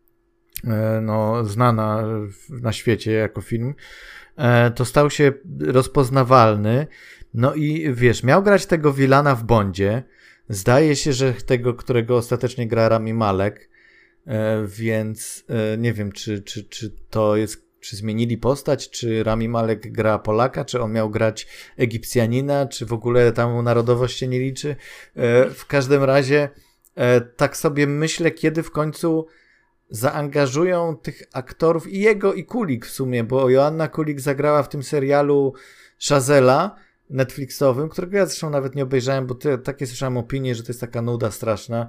no, znana na świecie jako film, to stał się rozpoznawalny. No i wiesz, miał grać tego Wilana w Bondzie. Zdaje się, że tego, którego ostatecznie gra Rami Malek, więc nie wiem, czy, czy, czy to jest czy zmienili postać, czy Rami Malek gra Polaka, czy on miał grać Egipcjanina, czy w ogóle tam narodowość się nie liczy. W każdym razie tak sobie myślę, kiedy w końcu zaangażują tych aktorów i jego i Kulik w sumie, bo Joanna Kulik zagrała w tym serialu Shazela Netflixowym, którego ja zresztą nawet nie obejrzałem, bo te, takie słyszałem opinie, że to jest taka nuda straszna,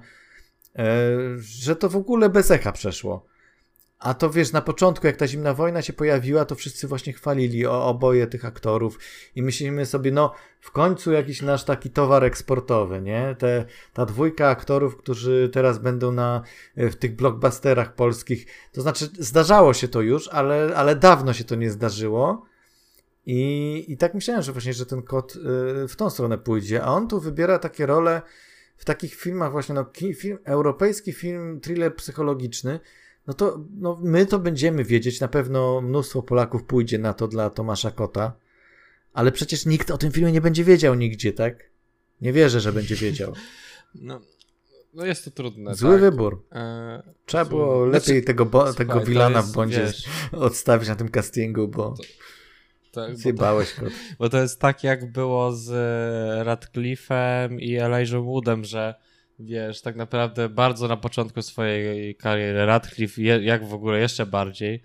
że to w ogóle bez echa przeszło. A to wiesz, na początku, jak ta Zimna Wojna się pojawiła, to wszyscy właśnie chwalili o oboje tych aktorów i myślimy sobie, no w końcu jakiś nasz taki towar eksportowy, nie? Te, ta dwójka aktorów, którzy teraz będą na, w tych blockbusterach polskich, to znaczy zdarzało się to już, ale, ale dawno się to nie zdarzyło I, I tak myślałem, że właśnie, że ten kot y, w tą stronę pójdzie, a on tu wybiera takie role w takich filmach właśnie, no ki, film, europejski film, thriller psychologiczny, no to no, my to będziemy wiedzieć, na pewno mnóstwo Polaków pójdzie na to dla Tomasza Kota, ale przecież nikt o tym filmie nie będzie wiedział nigdzie, tak? Nie wierzę, że będzie wiedział. No, no jest to trudne. Zły tak? wybór. E, Trzeba zły było wybór. lepiej Znaczy, tego, bo, słuchaj, tego to Wilana jest, w Bondzie wiesz, odstawić na tym castingu, bo tak, bo, to, zjebałeś kot. bo to jest tak, jak było z Radcliffe'em i Elijah Woodem, że wiesz, tak naprawdę bardzo na początku swojej kariery Radcliffe, je, jak w ogóle jeszcze bardziej,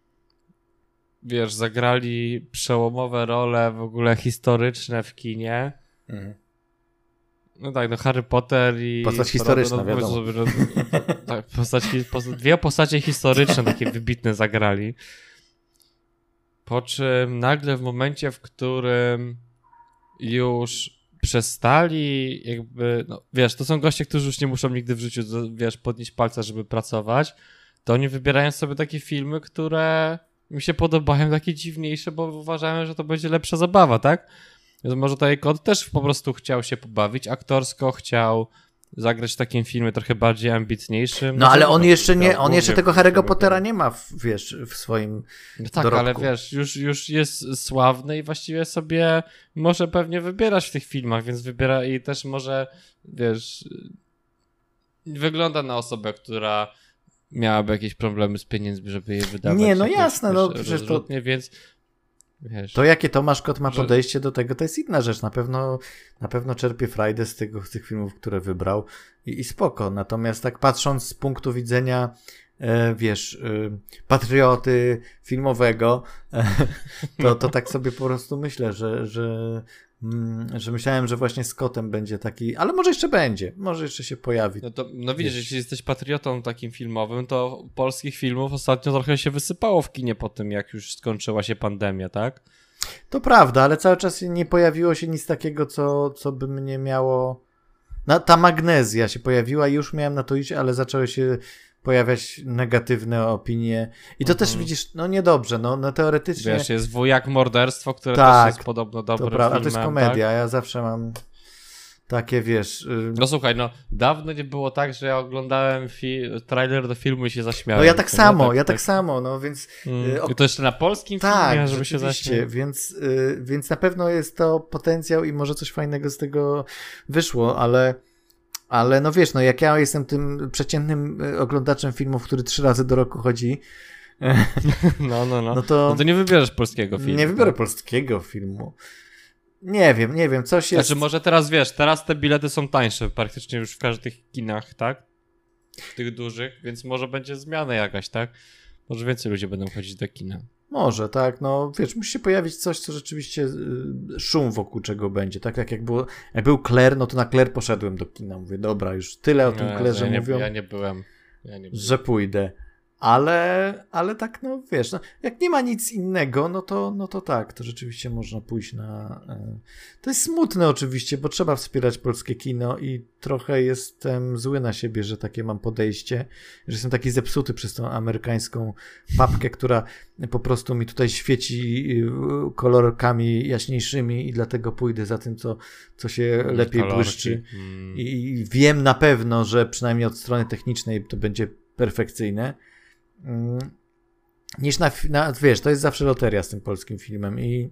wiesz, zagrali przełomowe role w ogóle historyczne w kinie. Mhm. No tak, no Harry Potter i... Postać historyczna, no, wiadomo. Sobie, no, tak, postać, posta- dwie postacie historyczne takie wybitne zagrali. Po czym nagle w momencie, w którym już przestali jakby, no wiesz, to są goście, którzy już nie muszą nigdy w życiu, wiesz, podnieść palca, żeby pracować, to oni wybierają sobie takie filmy, które mi się podobają, takie dziwniejsze, bo uważają, że to będzie lepsza zabawa, tak? Więc może tutaj Kot też po prostu chciał się pobawić, aktorsko chciał zagrać w takim filmie trochę bardziej ambitniejszym. No ale on to jeszcze nie, chciał on jeszcze głównie tego w Harry'ego filmie Pottera grać. nie ma, w, wiesz, w swoim No tak, dorobku. ale wiesz, już, już jest sławny i właściwie sobie może pewnie wybierać w tych filmach, więc wybiera i też może, wiesz, wygląda na osobę, która miałaby jakieś problemy z pieniędzmi, żeby je wydawać. Nie, no jakoś, jasne, no wiesz, przecież to- rozrzutnie, więc wiesz, To jakie Tomasz Kot ma Że- podejście do tego, to jest inna rzecz. Na pewno, na pewno czerpie frajdę z, tego, z tych filmów, które wybrał i, i spoko. Natomiast tak patrząc z punktu widzenia, e, wiesz, e, patrioty filmowego, e, to, to tak sobie po prostu myślę, że, że, mm, że myślałem, że właśnie z Kotem będzie taki, ale może jeszcze będzie, może jeszcze się pojawi. no to, no widzisz, Wiesz. jeśli jesteś patriotą takim filmowym, to polskich filmów ostatnio trochę się wysypało w kinie po tym, jak już skończyła się pandemia, tak? To prawda, ale cały czas nie pojawiło się nic takiego, co, co by mnie miało... No, ta magnezja się pojawiła i już miałem na to iść, ale zaczęły się pojawiać negatywne opinie. I to Mhm. też widzisz, no niedobrze, no, no teoretycznie... Wiesz, jest Wujak Morderstwo, które Tak, też jest podobno to dobrym prawda, a filmem, to jest tak? komedia, ja zawsze mam takie, wiesz... y, No słuchaj, no dawno nie było tak, że ja oglądałem fi- trailer do filmu i się zaśmiałem. No ja tak nie? samo, ja tak samo, no więc... Mm. y, o- I to jeszcze na polskim Tak, filmie, żeby się rzeczywiście, zaśmiać. więc, y, więc na pewno jest to potencjał i może coś fajnego z tego wyszło, ale, ale no wiesz, no jak ja jestem tym przeciętnym y, oglądaczem filmów, który trzy razy do roku chodzi, No, no, no. no to, No to nie wybierzesz polskiego filmu. nie wybiorę tak? polskiego filmu. Nie wiem, nie wiem, coś jest... Znaczy może teraz wiesz, teraz te bilety są tańsze praktycznie już w każdych kinach, tak? Tych dużych, więc może będzie zmiana jakaś, tak? Może więcej ludzi będą chodzić do kina. Może, tak, no wiesz, musi się pojawić coś, co rzeczywiście y, szum wokół czego będzie, tak jak, jak, było, jak był Claire, no to na Claire poszedłem do kina, mówię, dobra, już tyle o tym No, Claire'ze ja, nie, mówią. ja nie byłem. Ja nie byłem. Że pójdę. Ale, ale tak, no wiesz, no, jak nie ma nic innego, no to, no to tak, to rzeczywiście można pójść na... E... To jest smutne oczywiście, bo trzeba wspierać polskie kino i trochę jestem zły na siebie, że takie mam podejście, że jestem taki zepsuty przez tą amerykańską papkę, która po prostu mi tutaj świeci y, kolorkami jaśniejszymi i dlatego pójdę za tym, co, co się lepiej Kolorki. błyszczy. Mm. I wiem na pewno, że przynajmniej od strony technicznej to będzie perfekcyjne. Mm. Niż na, na, wiesz, to jest zawsze loteria z tym polskim filmem i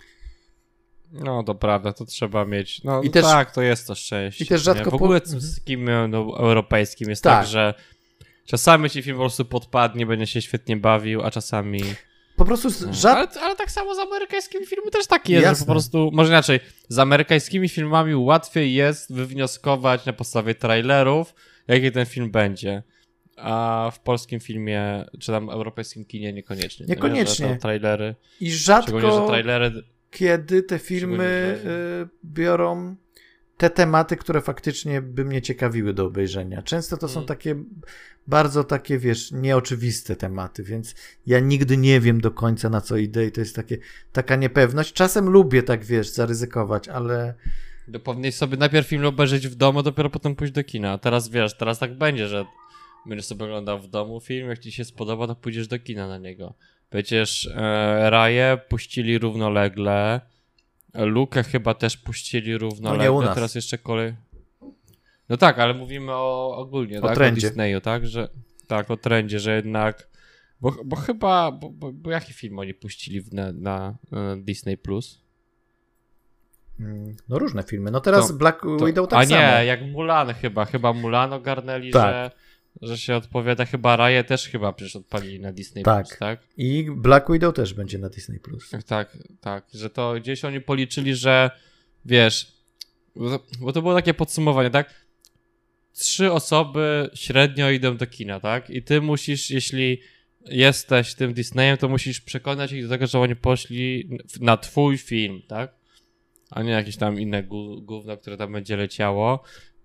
No to prawda, to trzeba mieć. No, I no też- tak, to jest to szczęście. i też rzadko nie? W ogóle po- z, z kinem no, europejskim jest tak. Tak. że czasami ci film po prostu podpadnie, będzie się świetnie bawił, a czasami... po prostu z- No. żad... Ale, ale tak samo z amerykańskimi filmami też tak jest, że Jasne. po prostu, może inaczej, z amerykańskimi filmami łatwiej jest wywnioskować na podstawie trailerów, jaki ten film będzie. A w polskim filmie, czy tam europejskim kinie niekoniecznie. no nie? Niekoniecznie. Że tam trailery, i szczególnie, że rzadko trailery... kiedy te filmy Szczególnie y, biorą te tematy, które faktycznie by mnie ciekawiły do obejrzenia. Często to są Mm. takie bardzo takie, wiesz, nieoczywiste tematy, więc ja nigdy nie wiem do końca, na co idę i to jest takie, taka niepewność. Czasem lubię tak, wiesz, zaryzykować, ale To powinieneś sobie najpierw film obejrzeć w domu, dopiero potem pójść do kina. A teraz wiesz, teraz tak będzie, że będziesz sobie oglądał w domu film, jak ci się spodoba, to pójdziesz do kina na niego. Przecież e, Raję puścili równolegle, Lukę chyba też puścili równolegle, no nie u nas. Teraz jeszcze kolej... No tak, ale mówimy o ogólnie, o tak? trendzie. O Disneyu, tak? Że, tak, o trendzie, że jednak... Bo, bo chyba... Bo, bo, bo jaki film oni puścili na, na, na Disney Plus? No różne filmy. No teraz To- Black To, Widow tak a samo. nie, jak Mulan chyba. Chyba Mulan ogarnęli, Tak. że, że się odpowiada. Chyba Raję też chyba przecież odpalili na Disney Tak. Plus, tak? I Black Widow też będzie na Disney Plus. Tak, tak. Że to gdzieś oni policzyli, że wiesz, bo to, bo to było takie podsumowanie, tak? Trzy osoby średnio idą do kina, tak? I ty musisz, jeśli jesteś tym Disneyem, to musisz przekonać ich do tego, że oni poszli na twój film, tak? A nie jakieś tam inne gó- gówno, które tam będzie leciało.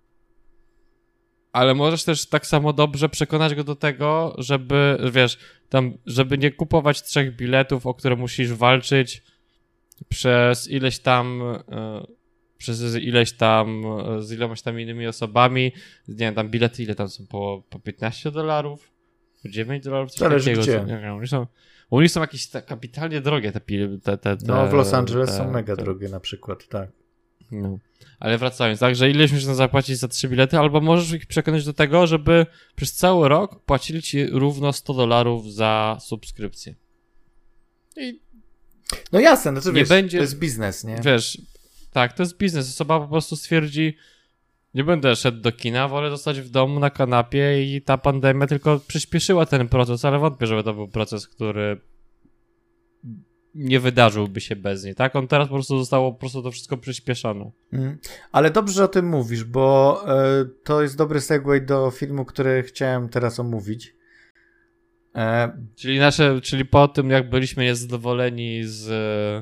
Ale możesz też tak samo dobrze przekonać go do tego, żeby, wiesz, tam, żeby nie kupować trzech biletów, o które musisz walczyć przez ileś tam, e, przez ileś tam, e, z ilomaś tam innymi osobami. Nie wiem, tam bilety ile tam są, po, po piętnaście dolarów? Po dziewięć dolarów? Coś Zależy takiego. gdzie. Co- Nie wiem, oni są, oni są jakieś te, kapitalnie drogie te, pil- te, te, te No w Los Angeles te, są mega te, drogie na przykład, tak. No. Ale wracając, tak, że ileś musisz zapłacić za trzy bilety, albo możesz ich przekonać do tego, żeby przez cały rok płacili ci równo sto dolarów za subskrypcję. I No jasne, no to Nie wiesz, będzie- to jest biznes, nie? wiesz, tak, to jest biznes. Osoba po prostu stwierdzi, nie będę szedł do kina, wolę zostać w domu na kanapie i ta pandemia tylko przyspieszyła ten proces, ale wątpię, żeby to był proces, który nie wydarzyłby się bez niej, tak? On teraz po prostu zostało po prostu to wszystko przyspieszone. Mm. Ale dobrze, że o tym mówisz, bo e, to jest dobry segway do filmu, który chciałem teraz omówić. E, Czyli nasze, czyli po tym, jak byliśmy niezadowoleni z e,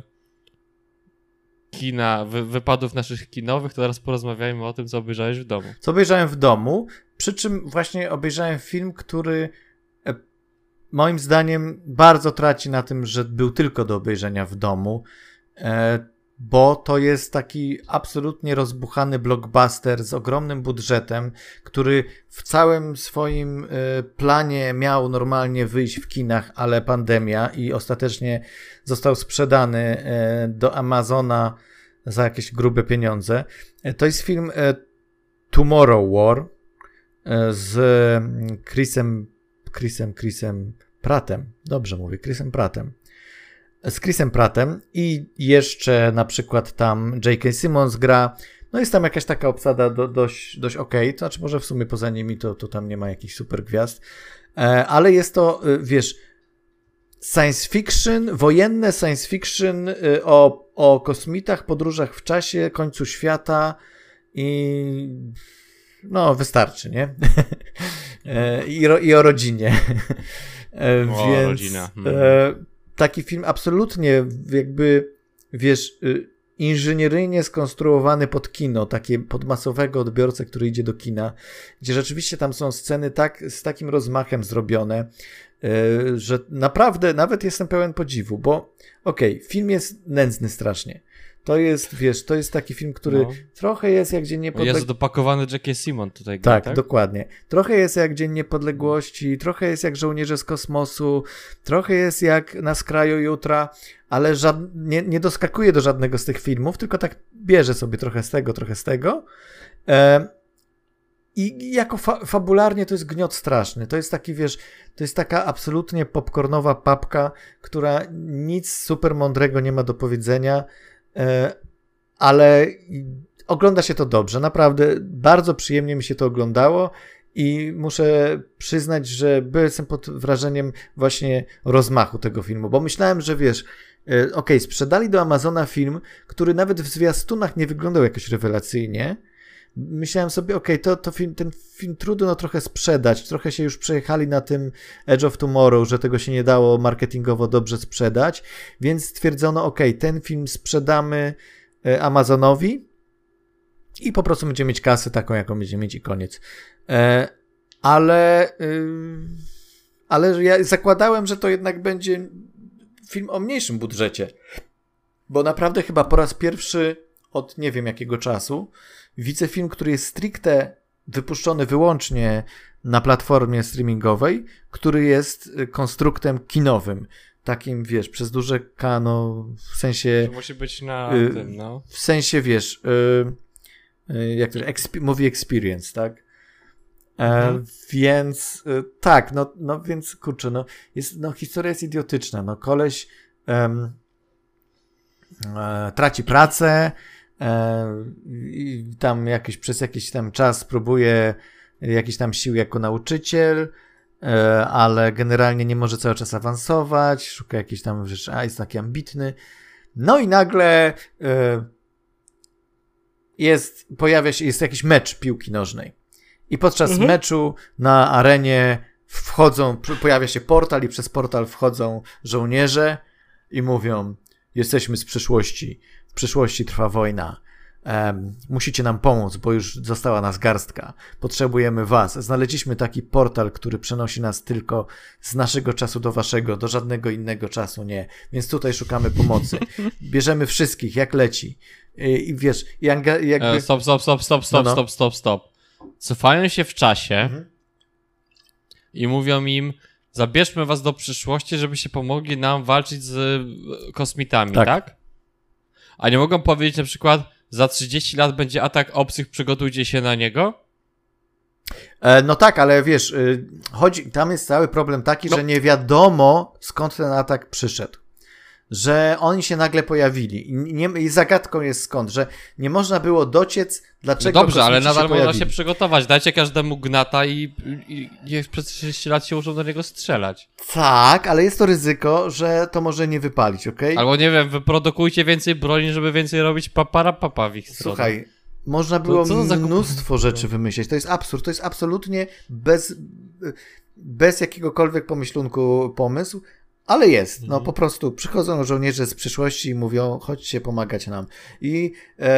kina, wy, wypadów naszych kinowych, to teraz porozmawiajmy o tym, co obejrzałeś w domu. co obejrzałem w domu, przy czym właśnie obejrzałem film, który e, moim zdaniem bardzo traci na tym, że był tylko do obejrzenia w domu, e, bo to jest taki absolutnie rozbuchany blockbuster z ogromnym budżetem, który w całym swoim e, planie miał normalnie wyjść w kinach, ale pandemia i ostatecznie został sprzedany e, do Amazona za jakieś grube pieniądze. E, to jest film e, Tomorrow War e, z Chrisem, Chrisem, Chrisem Prattem. Dobrze mówię, Chrisem Prattem. Z Chrisem Prattem i jeszcze na przykład tam J K. Simmons gra. No jest tam jakaś taka obsada do, dość, dość okej, okay. To znaczy może w sumie poza nimi to, to tam nie ma jakichś super gwiazd, e, ale jest to, e, wiesz, science fiction, wojenne science fiction e, o, o kosmitach, podróżach w czasie, końcu świata i no wystarczy, nie? e, i, ro, I o rodzinie. e, O, więc rodzina. Hmm. e, taki film absolutnie jakby, wiesz, inżynieryjnie skonstruowany pod kino, takie pod masowego odbiorcę, który idzie do kina, gdzie rzeczywiście tam są sceny tak, z takim rozmachem zrobione, że naprawdę nawet jestem pełen podziwu, bo okej, okay, film jest nędzny strasznie. To jest, wiesz, to jest taki film, który No. trochę jest jak Dzień Niepodległości. Jest dopakowany J K. Simmons tutaj. gra, Tak, tak? dokładnie. Trochę jest jak Dzień Niepodległości, trochę jest jak Żołnierze z kosmosu, trochę jest jak Na skraju jutra, ale żad... nie, nie doskakuje do żadnego z tych filmów, tylko tak bierze sobie trochę z tego, trochę z tego. E... I jako fa- fabularnie to jest gniot straszny. To jest taki, wiesz, to jest taka absolutnie popcornowa papka, która nic super mądrego nie ma do powiedzenia, e... ale ogląda się to dobrze, naprawdę bardzo przyjemnie mi się to oglądało i muszę przyznać, że byłem pod wrażeniem właśnie rozmachu tego filmu, bo myślałem, że wiesz, okej, okay, sprzedali do Amazona film, który nawet w zwiastunach nie wyglądał jakoś rewelacyjnie. Myślałem sobie, okej, okay, to, to film, ten film trudno trochę sprzedać, trochę się już przejechali na tym Edge of Tomorrow, że tego się nie dało marketingowo dobrze sprzedać, więc stwierdzono, okej, okay, ten film sprzedamy Amazonowi i po prostu będziemy mieć kasę taką, jaką będziemy mieć i koniec. E, ale yy, ale ja zakładałem, że to jednak będzie film o mniejszym budżecie, bo naprawdę chyba po raz pierwszy od nie wiem jakiego czasu widzę film, który jest stricte wypuszczony wyłącznie na platformie streamingowej, który jest konstruktem kinowym. takim, wiesz, przez duże K, no, w sensie... To musi być na y, tym, no. W sensie, wiesz, y, y, jak to exp- movie experience, tak? E, Mhm. Więc y, tak, no, no więc kurczę, no, jest, no historia jest idiotyczna, no koleś em, e, traci pracę e, i tam jakiś, przez jakiś tam czas próbuje jakiś tam sił jako nauczyciel, e, ale generalnie nie może cały czas awansować, szuka jakiejś tam rzeczy, a jest taki ambitny, no i nagle e, jest, pojawia się, jest jakiś mecz piłki nożnej. I podczas Mhm. meczu na arenie wchodzą, pojawia się portal i przez portal wchodzą żołnierze i mówią: jesteśmy z przyszłości, w przyszłości trwa wojna, um, musicie nam pomóc, bo już została nas garstka, potrzebujemy was, znaleźliśmy taki portal, który przenosi nas tylko z naszego czasu do waszego, do żadnego innego czasu nie, więc tutaj szukamy pomocy, bierzemy wszystkich, jak leci. I, i wiesz, i anga- jakby... E, stop, stop, stop, stop, stop, No, no. stop, stop, stop. Cofają się w czasie Mhm. i mówią im: zabierzmy was do przyszłości, żebyście pomogli nam walczyć z e, kosmitami, Tak. tak? A nie mogą powiedzieć na przykład: za trzydzieści lat będzie atak obcych, przygotujcie się na niego? E, No tak, ale wiesz, y, chodzi, tam jest cały problem taki, No. że nie wiadomo, skąd ten atak przyszedł. Że oni się nagle pojawili. I, nie, i zagadką jest skąd, że nie można było dociec, No dlaczego dobrze, ale kosmici nadal się można pojawili. się przygotować. Dajcie każdemu gnata i, i niech przez trzydzieści lat się uczą do niego strzelać. Tak, ale jest to ryzyko, że to może nie wypalić, okej? Albo nie wiem, wyprodukujcie więcej broni, żeby więcej robić papara papa w ich stronę. Słuchaj, można było co za mnóstwo rzeczy wymyśleć. To jest absurd, to jest absolutnie bez, bez jakiegokolwiek pomyślunku pomysł, ale jest. No Mhm. po prostu przychodzą żołnierze z przyszłości i mówią: chodźcie pomagać nam. I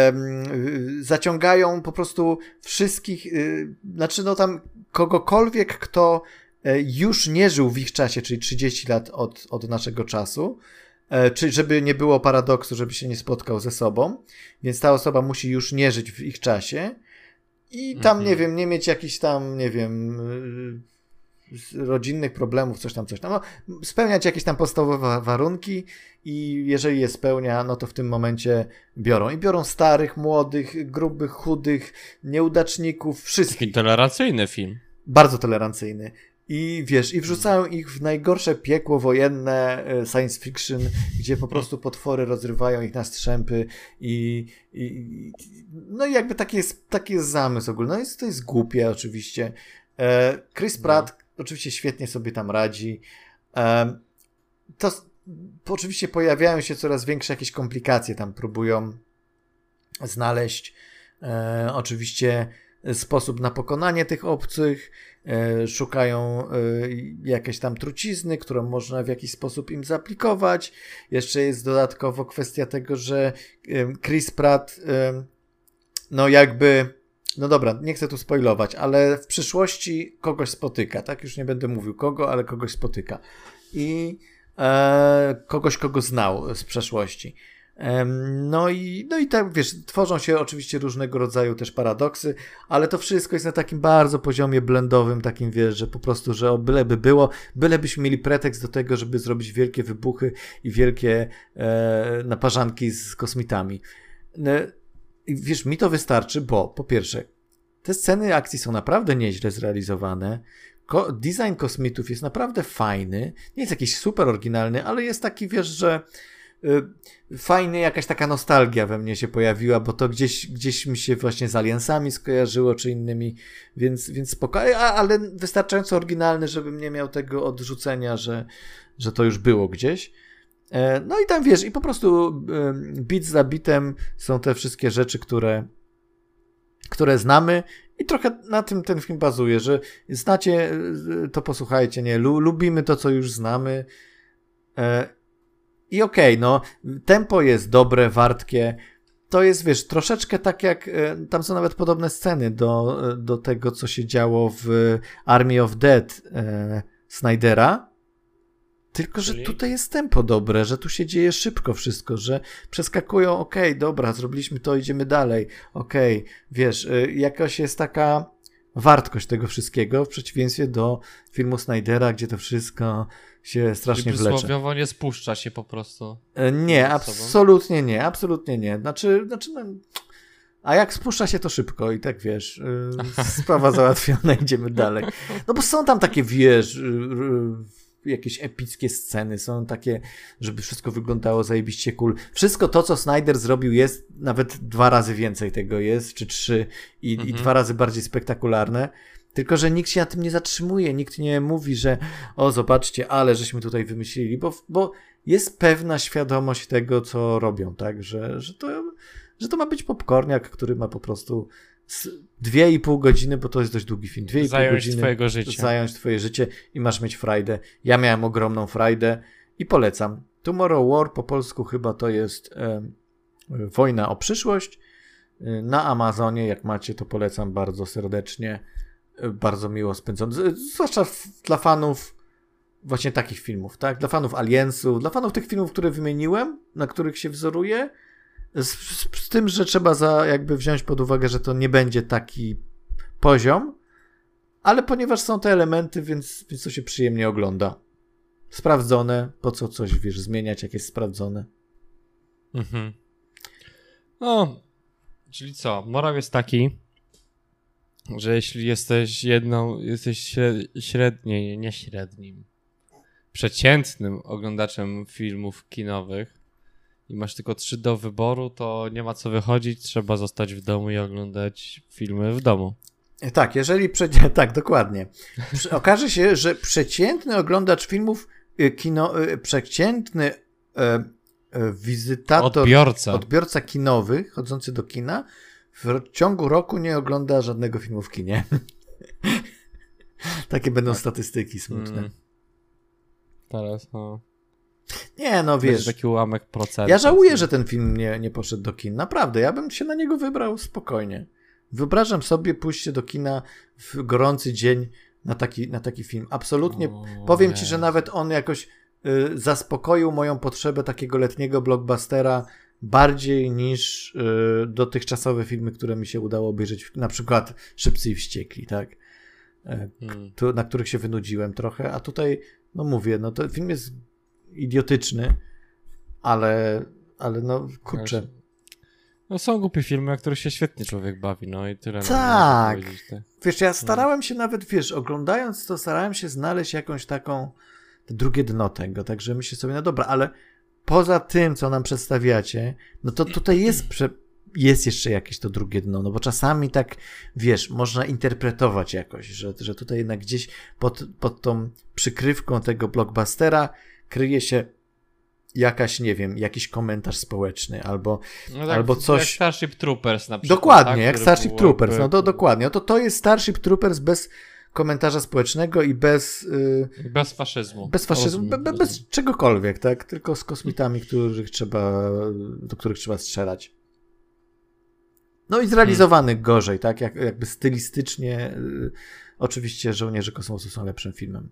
em, zaciągają po prostu wszystkich, y, znaczy no tam kogokolwiek, kto e, już nie żył w ich czasie, czyli trzydzieści lat od, od naszego czasu, e, czy żeby nie było paradoksu, żeby się nie spotkał ze sobą, więc ta osoba musi już nie żyć w ich czasie i tam, Mhm. nie wiem, nie mieć jakichś tam, nie wiem, y, rodzinnych problemów, coś tam, coś tam. No, spełniać jakieś tam podstawowe wa- warunki i jeżeli je spełnia, no to w tym momencie biorą. I biorą starych, młodych, grubych, chudych, nieudaczników, wszystkich. Taki tolerancyjny film. Bardzo tolerancyjny. I wiesz, i wrzucają ich w najgorsze piekło wojenne, e, science fiction, gdzie po prostu potwory rozrywają ich na strzępy i, i i- no i jakby taki jest, taki jest zamysł ogólny. No jest, to jest głupie oczywiście. E, Chris Pratt oczywiście świetnie sobie tam radzi. E, to s- oczywiście pojawiają się coraz większe jakieś komplikacje, tam próbują znaleźć e, oczywiście sposób na pokonanie tych obcych, e, szukają e, jakieś tam trucizny, którą można w jakiś sposób im zaaplikować. Jeszcze jest dodatkowo kwestia tego, że e, Chris Pratt e, no jakby, no dobra, nie chcę tu spoilować, ale w przyszłości kogoś spotyka, tak? Już nie będę mówił kogo, ale kogoś spotyka. I e, kogoś, kogo znał z przeszłości. Em, No i, no i tak, wiesz, tworzą się oczywiście różnego rodzaju też paradoksy, ale to wszystko jest na takim bardzo poziomie blendowym, takim, wiesz, że po prostu, że o byleby było, bylebyśmy mieli pretekst do tego, żeby zrobić wielkie wybuchy i wielkie e, naparzanki z kosmitami. E, i wiesz, mi to wystarczy, bo po pierwsze, te sceny akcji są naprawdę nieźle zrealizowane. Ko- design kosmitów jest naprawdę fajny. Nie jest jakiś super oryginalny, ale jest taki, wiesz, że y, fajny, jakaś taka nostalgia we mnie się pojawiła, bo to gdzieś, gdzieś mi się właśnie z Aliensami skojarzyło, czy innymi, więc, więc spokojnie, ale wystarczająco oryginalny, żebym nie miał tego odrzucenia, że, że to już było gdzieś. E, No i tam wiesz, i po prostu y, bit za bitem są te wszystkie rzeczy, które, które znamy i trochę na tym ten film bazuje, że znacie, y, to posłuchajcie, nie, lu, lubimy to, co już znamy. E, I okej, okay, no, tempo jest dobre, wartkie. To jest, wiesz, troszeczkę tak jak, e, tam są nawet podobne sceny do, do tego, co się działo w Army of Dead e, Snydera. Tylko, że Czyli? tutaj jest tempo dobre, że tu się dzieje szybko wszystko, że przeskakują, okej, okay, dobra, zrobiliśmy to, idziemy dalej, okej, okay, wiesz, y, jakaś jest taka wartość tego wszystkiego w przeciwieństwie do filmu Snydera, gdzie to wszystko się strasznie Czyli wlecze. przysłowiowo nie spuszcza się po prostu. E, Nie, nad sobą? absolutnie nie, absolutnie nie. Znaczy, znaczy no, a jak spuszcza się to szybko i tak wiesz, yy, sprawa załatwiona, idziemy dalej. No bo są tam takie, wiesz, yy, jakieś epickie sceny, są takie, żeby wszystko wyglądało zajebiście cool. Wszystko to, co Snyder zrobił jest, nawet dwa razy więcej tego jest, czy trzy i, Mhm. i dwa razy bardziej spektakularne. Tylko że nikt się na tym nie zatrzymuje, nikt nie mówi, że o zobaczcie, ale żeśmy tutaj wymyślili, bo, bo jest pewna świadomość tego, co robią, tak, że, że, to, że to ma być popcorniak, który ma po prostu z dwie i pół godziny, bo to jest dość długi film, dwie i pół Zająć godziny twojego życia. zająć twoje życie i masz mieć frajdę. Ja miałem ogromną frajdę i polecam. Tomorrow War po polsku chyba to jest e, Wojna o przyszłość. E, na Amazonie, jak macie, to polecam bardzo serdecznie. E, bardzo miło spędzony. Z- Zwłaszcza w, dla fanów właśnie takich filmów, tak? Dla fanów Aliensu, dla fanów tych filmów, które wymieniłem, na których się wzoruję. Z, z, z tym, że trzeba za, jakby wziąć pod uwagę, że to nie będzie taki poziom, ale ponieważ są te elementy, więc, więc to się przyjemnie ogląda. Sprawdzone, po co coś, wiesz, zmieniać, jak jest sprawdzone. Mhm. No, czyli co? Morał jest taki, że jeśli jesteś jedną, jesteś śred- średniej, nie średnim, przeciętnym oglądaczem filmów kinowych i masz tylko trzy do wyboru, to nie ma co wychodzić, trzeba zostać w domu i oglądać filmy w domu. Tak, jeżeli... Prze... Tak, dokładnie. Prze- Okaże się, że przeciętny oglądacz filmów y, kino... y, Przeciętny y, y, wizytator... Odbiorca. Odbiorca kinowy, chodzący do kina, w ciągu roku nie ogląda żadnego filmu w kinie. Takie będą Tak. statystyki smutne. Mm. Teraz, no. Nie, no Wiesz, wiesz... taki ułamek procenta. Ja żałuję, że ten film nie, nie poszedł do kin. Naprawdę, ja bym się na niego wybrał spokojnie. Wyobrażam sobie pójście do kina w gorący dzień na taki, na taki film. Absolutnie. O, Powiem ci, Jezu. że nawet on jakoś y, zaspokoił moją potrzebę takiego letniego blockbustera bardziej niż y, dotychczasowe filmy, które mi się udało obejrzeć. Na przykład Szybcy i Wściekli, tak? Y, Hmm. tu, na których się wynudziłem trochę. A tutaj, no mówię, no to film jest idiotyczny, ale, ale no kurczę. No są głupie filmy, na których się świetnie człowiek bawi, no i tyle. no, Tak. można powiedzieć, tak. Wiesz, ja starałem się nawet, wiesz, oglądając to, starałem się znaleźć jakąś taką drugie dno tego, także myślę sobie, no dobra, ale poza tym, co nam przedstawiacie, no to tutaj jest, prze... jest jeszcze jakieś to drugie dno, no bo czasami tak, wiesz, można interpretować jakoś, że, że tutaj jednak gdzieś pod, pod tą przykrywką tego blockbustera kryje się jakaś, nie wiem, jakiś komentarz społeczny, albo, No tak, albo coś... Jak Starship Troopers na przykład. Dokładnie, tak, jak który Starship był Troopers, jakby- no to dokładnie. No to, to jest Starship Troopers bez komentarza społecznego i bez, yy, Bez faszyzmu. bez faszyzmu, Rozumiem, be, be, rozumiem. bez czegokolwiek, tak? Tylko z kosmitami, których trzeba, do których trzeba strzelać. No i zrealizowany Hmm. gorzej, tak? Jak, jakby stylistycznie. Yy, oczywiście Żołnierze Kosmosu są lepszym filmem.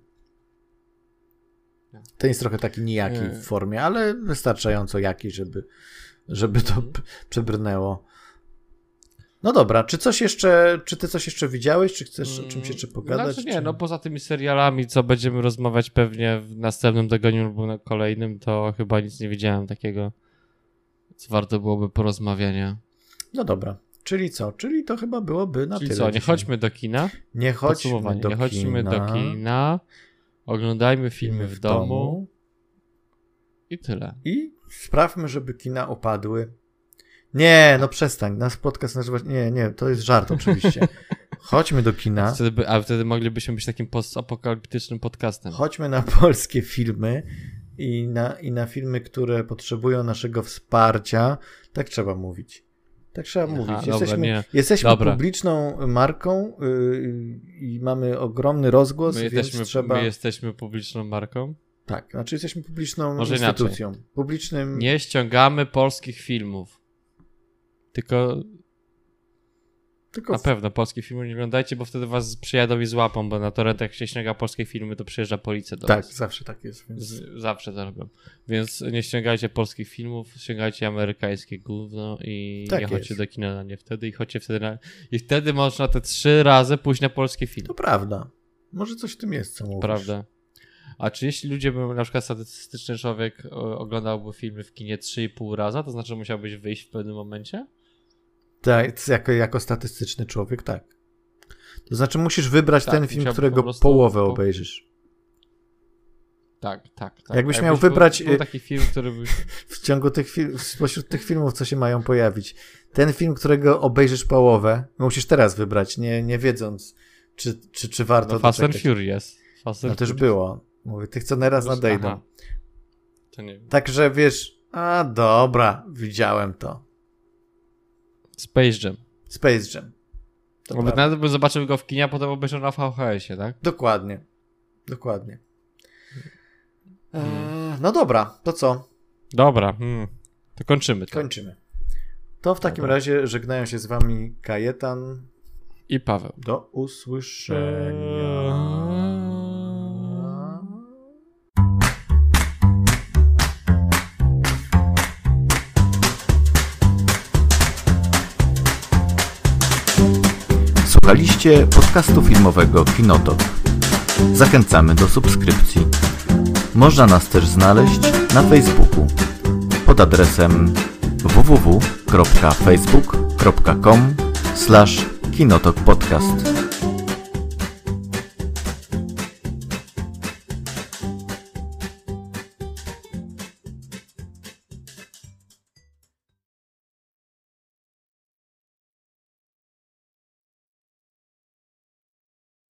Ten jest trochę taki nijaki Nie. w formie, ale wystarczająco jaki, żeby, żeby to Mhm. p- przebrnęło. No dobra, czy coś jeszcze, czy ty coś jeszcze widziałeś, czy chcesz o czymś jeszcze pogadać? Znaczy nie, czy... no poza tymi serialami, co będziemy rozmawiać pewnie w następnym tygodniu lub na kolejnym, to chyba nic nie widziałem takiego, co warto byłoby porozmawiania. No dobra, czyli co? Czyli to chyba byłoby na Czyli tyle co, nie dzisiaj. chodźmy do kina? Nie chodźmy Podsumowanie, do nie chodźmy kina. do kina, oglądajmy filmy w domu i tyle. I sprawmy, żeby kina upadły. Nie, no przestań, nasz podcast nazywać... Nie, nie, to jest żart oczywiście. Chodźmy do kina, Wtedy by, a wtedy moglibyśmy być takim postapokaliptycznym podcastem. chodźmy na polskie filmy i na, i na filmy, które potrzebują naszego wsparcia. Tak trzeba mówić. Tak trzeba Aha, mówić. dobra, Jesteśmy, nie. jesteśmy Dobra. publiczną marką yy, i mamy ogromny rozgłos, My więc jesteśmy, trzeba... my jesteśmy publiczną marką. Tak, znaczy jesteśmy publiczną Może instytucją. Publicznym... Nie ściągamy polskich filmów. Tylko Tylko na pewno polskich filmów nie oglądajcie, bo wtedy was przyjadą i złapą, bo na torrentach jak się ściąga polskie filmy, to przyjeżdża policja do tak, was. zawsze tak jest. Więc... Z, zawsze to robią. Więc nie ściągajcie polskich filmów, ściągajcie amerykańskie gówno i Tak nie chodźcie jest. do kina na nie wtedy i chodźcie wtedy na... I wtedy można te trzy razy pójść na polskie filmy. To prawda. Może coś w tym jest, co mówisz. Prawda. A czy jeśli ludzie by, na przykład statystyczny człowiek oglądałby filmy w kinie trzy i pół raza, to znaczy, że musiałbyś wyjść w pewnym momencie? Tak, jako, jako statystyczny człowiek, tak. To znaczy musisz wybrać tak, ten film, którego po prostu, połowę po... obejrzysz. Tak, tak, tak. Jakbyś miał wybrać był taki film, który by... w ciągu tych film, spośród tych filmów, co się mają pojawić, ten film, którego obejrzysz połowę, musisz teraz wybrać, nie, nie wiedząc, czy, czy, czy warto no, Fast doczekać. and Furious. Fast and no też Furious. było. Mówię, tych, co naraz Aha. nadejdą. To nie wiem. Także wiesz, a dobra, widziałem to. Space Jam. Space Jam. Bo nawet bym zobaczył go w kinie, a potem obejrzał na V H S ie, tak? Dokładnie. Dokładnie. Eee, no dobra, to co? Dobra, hmm. to kończymy. To. Kończymy. To w takim dobra. razie żegnają się z wami Kajetan i Paweł. Do usłyszenia. Słuchaliście podcastu filmowego Kinotok. Zachęcamy do subskrypcji. Można nas też znaleźć na Facebooku pod adresem w w w kropka facebook kropka com slash kinotok podcast.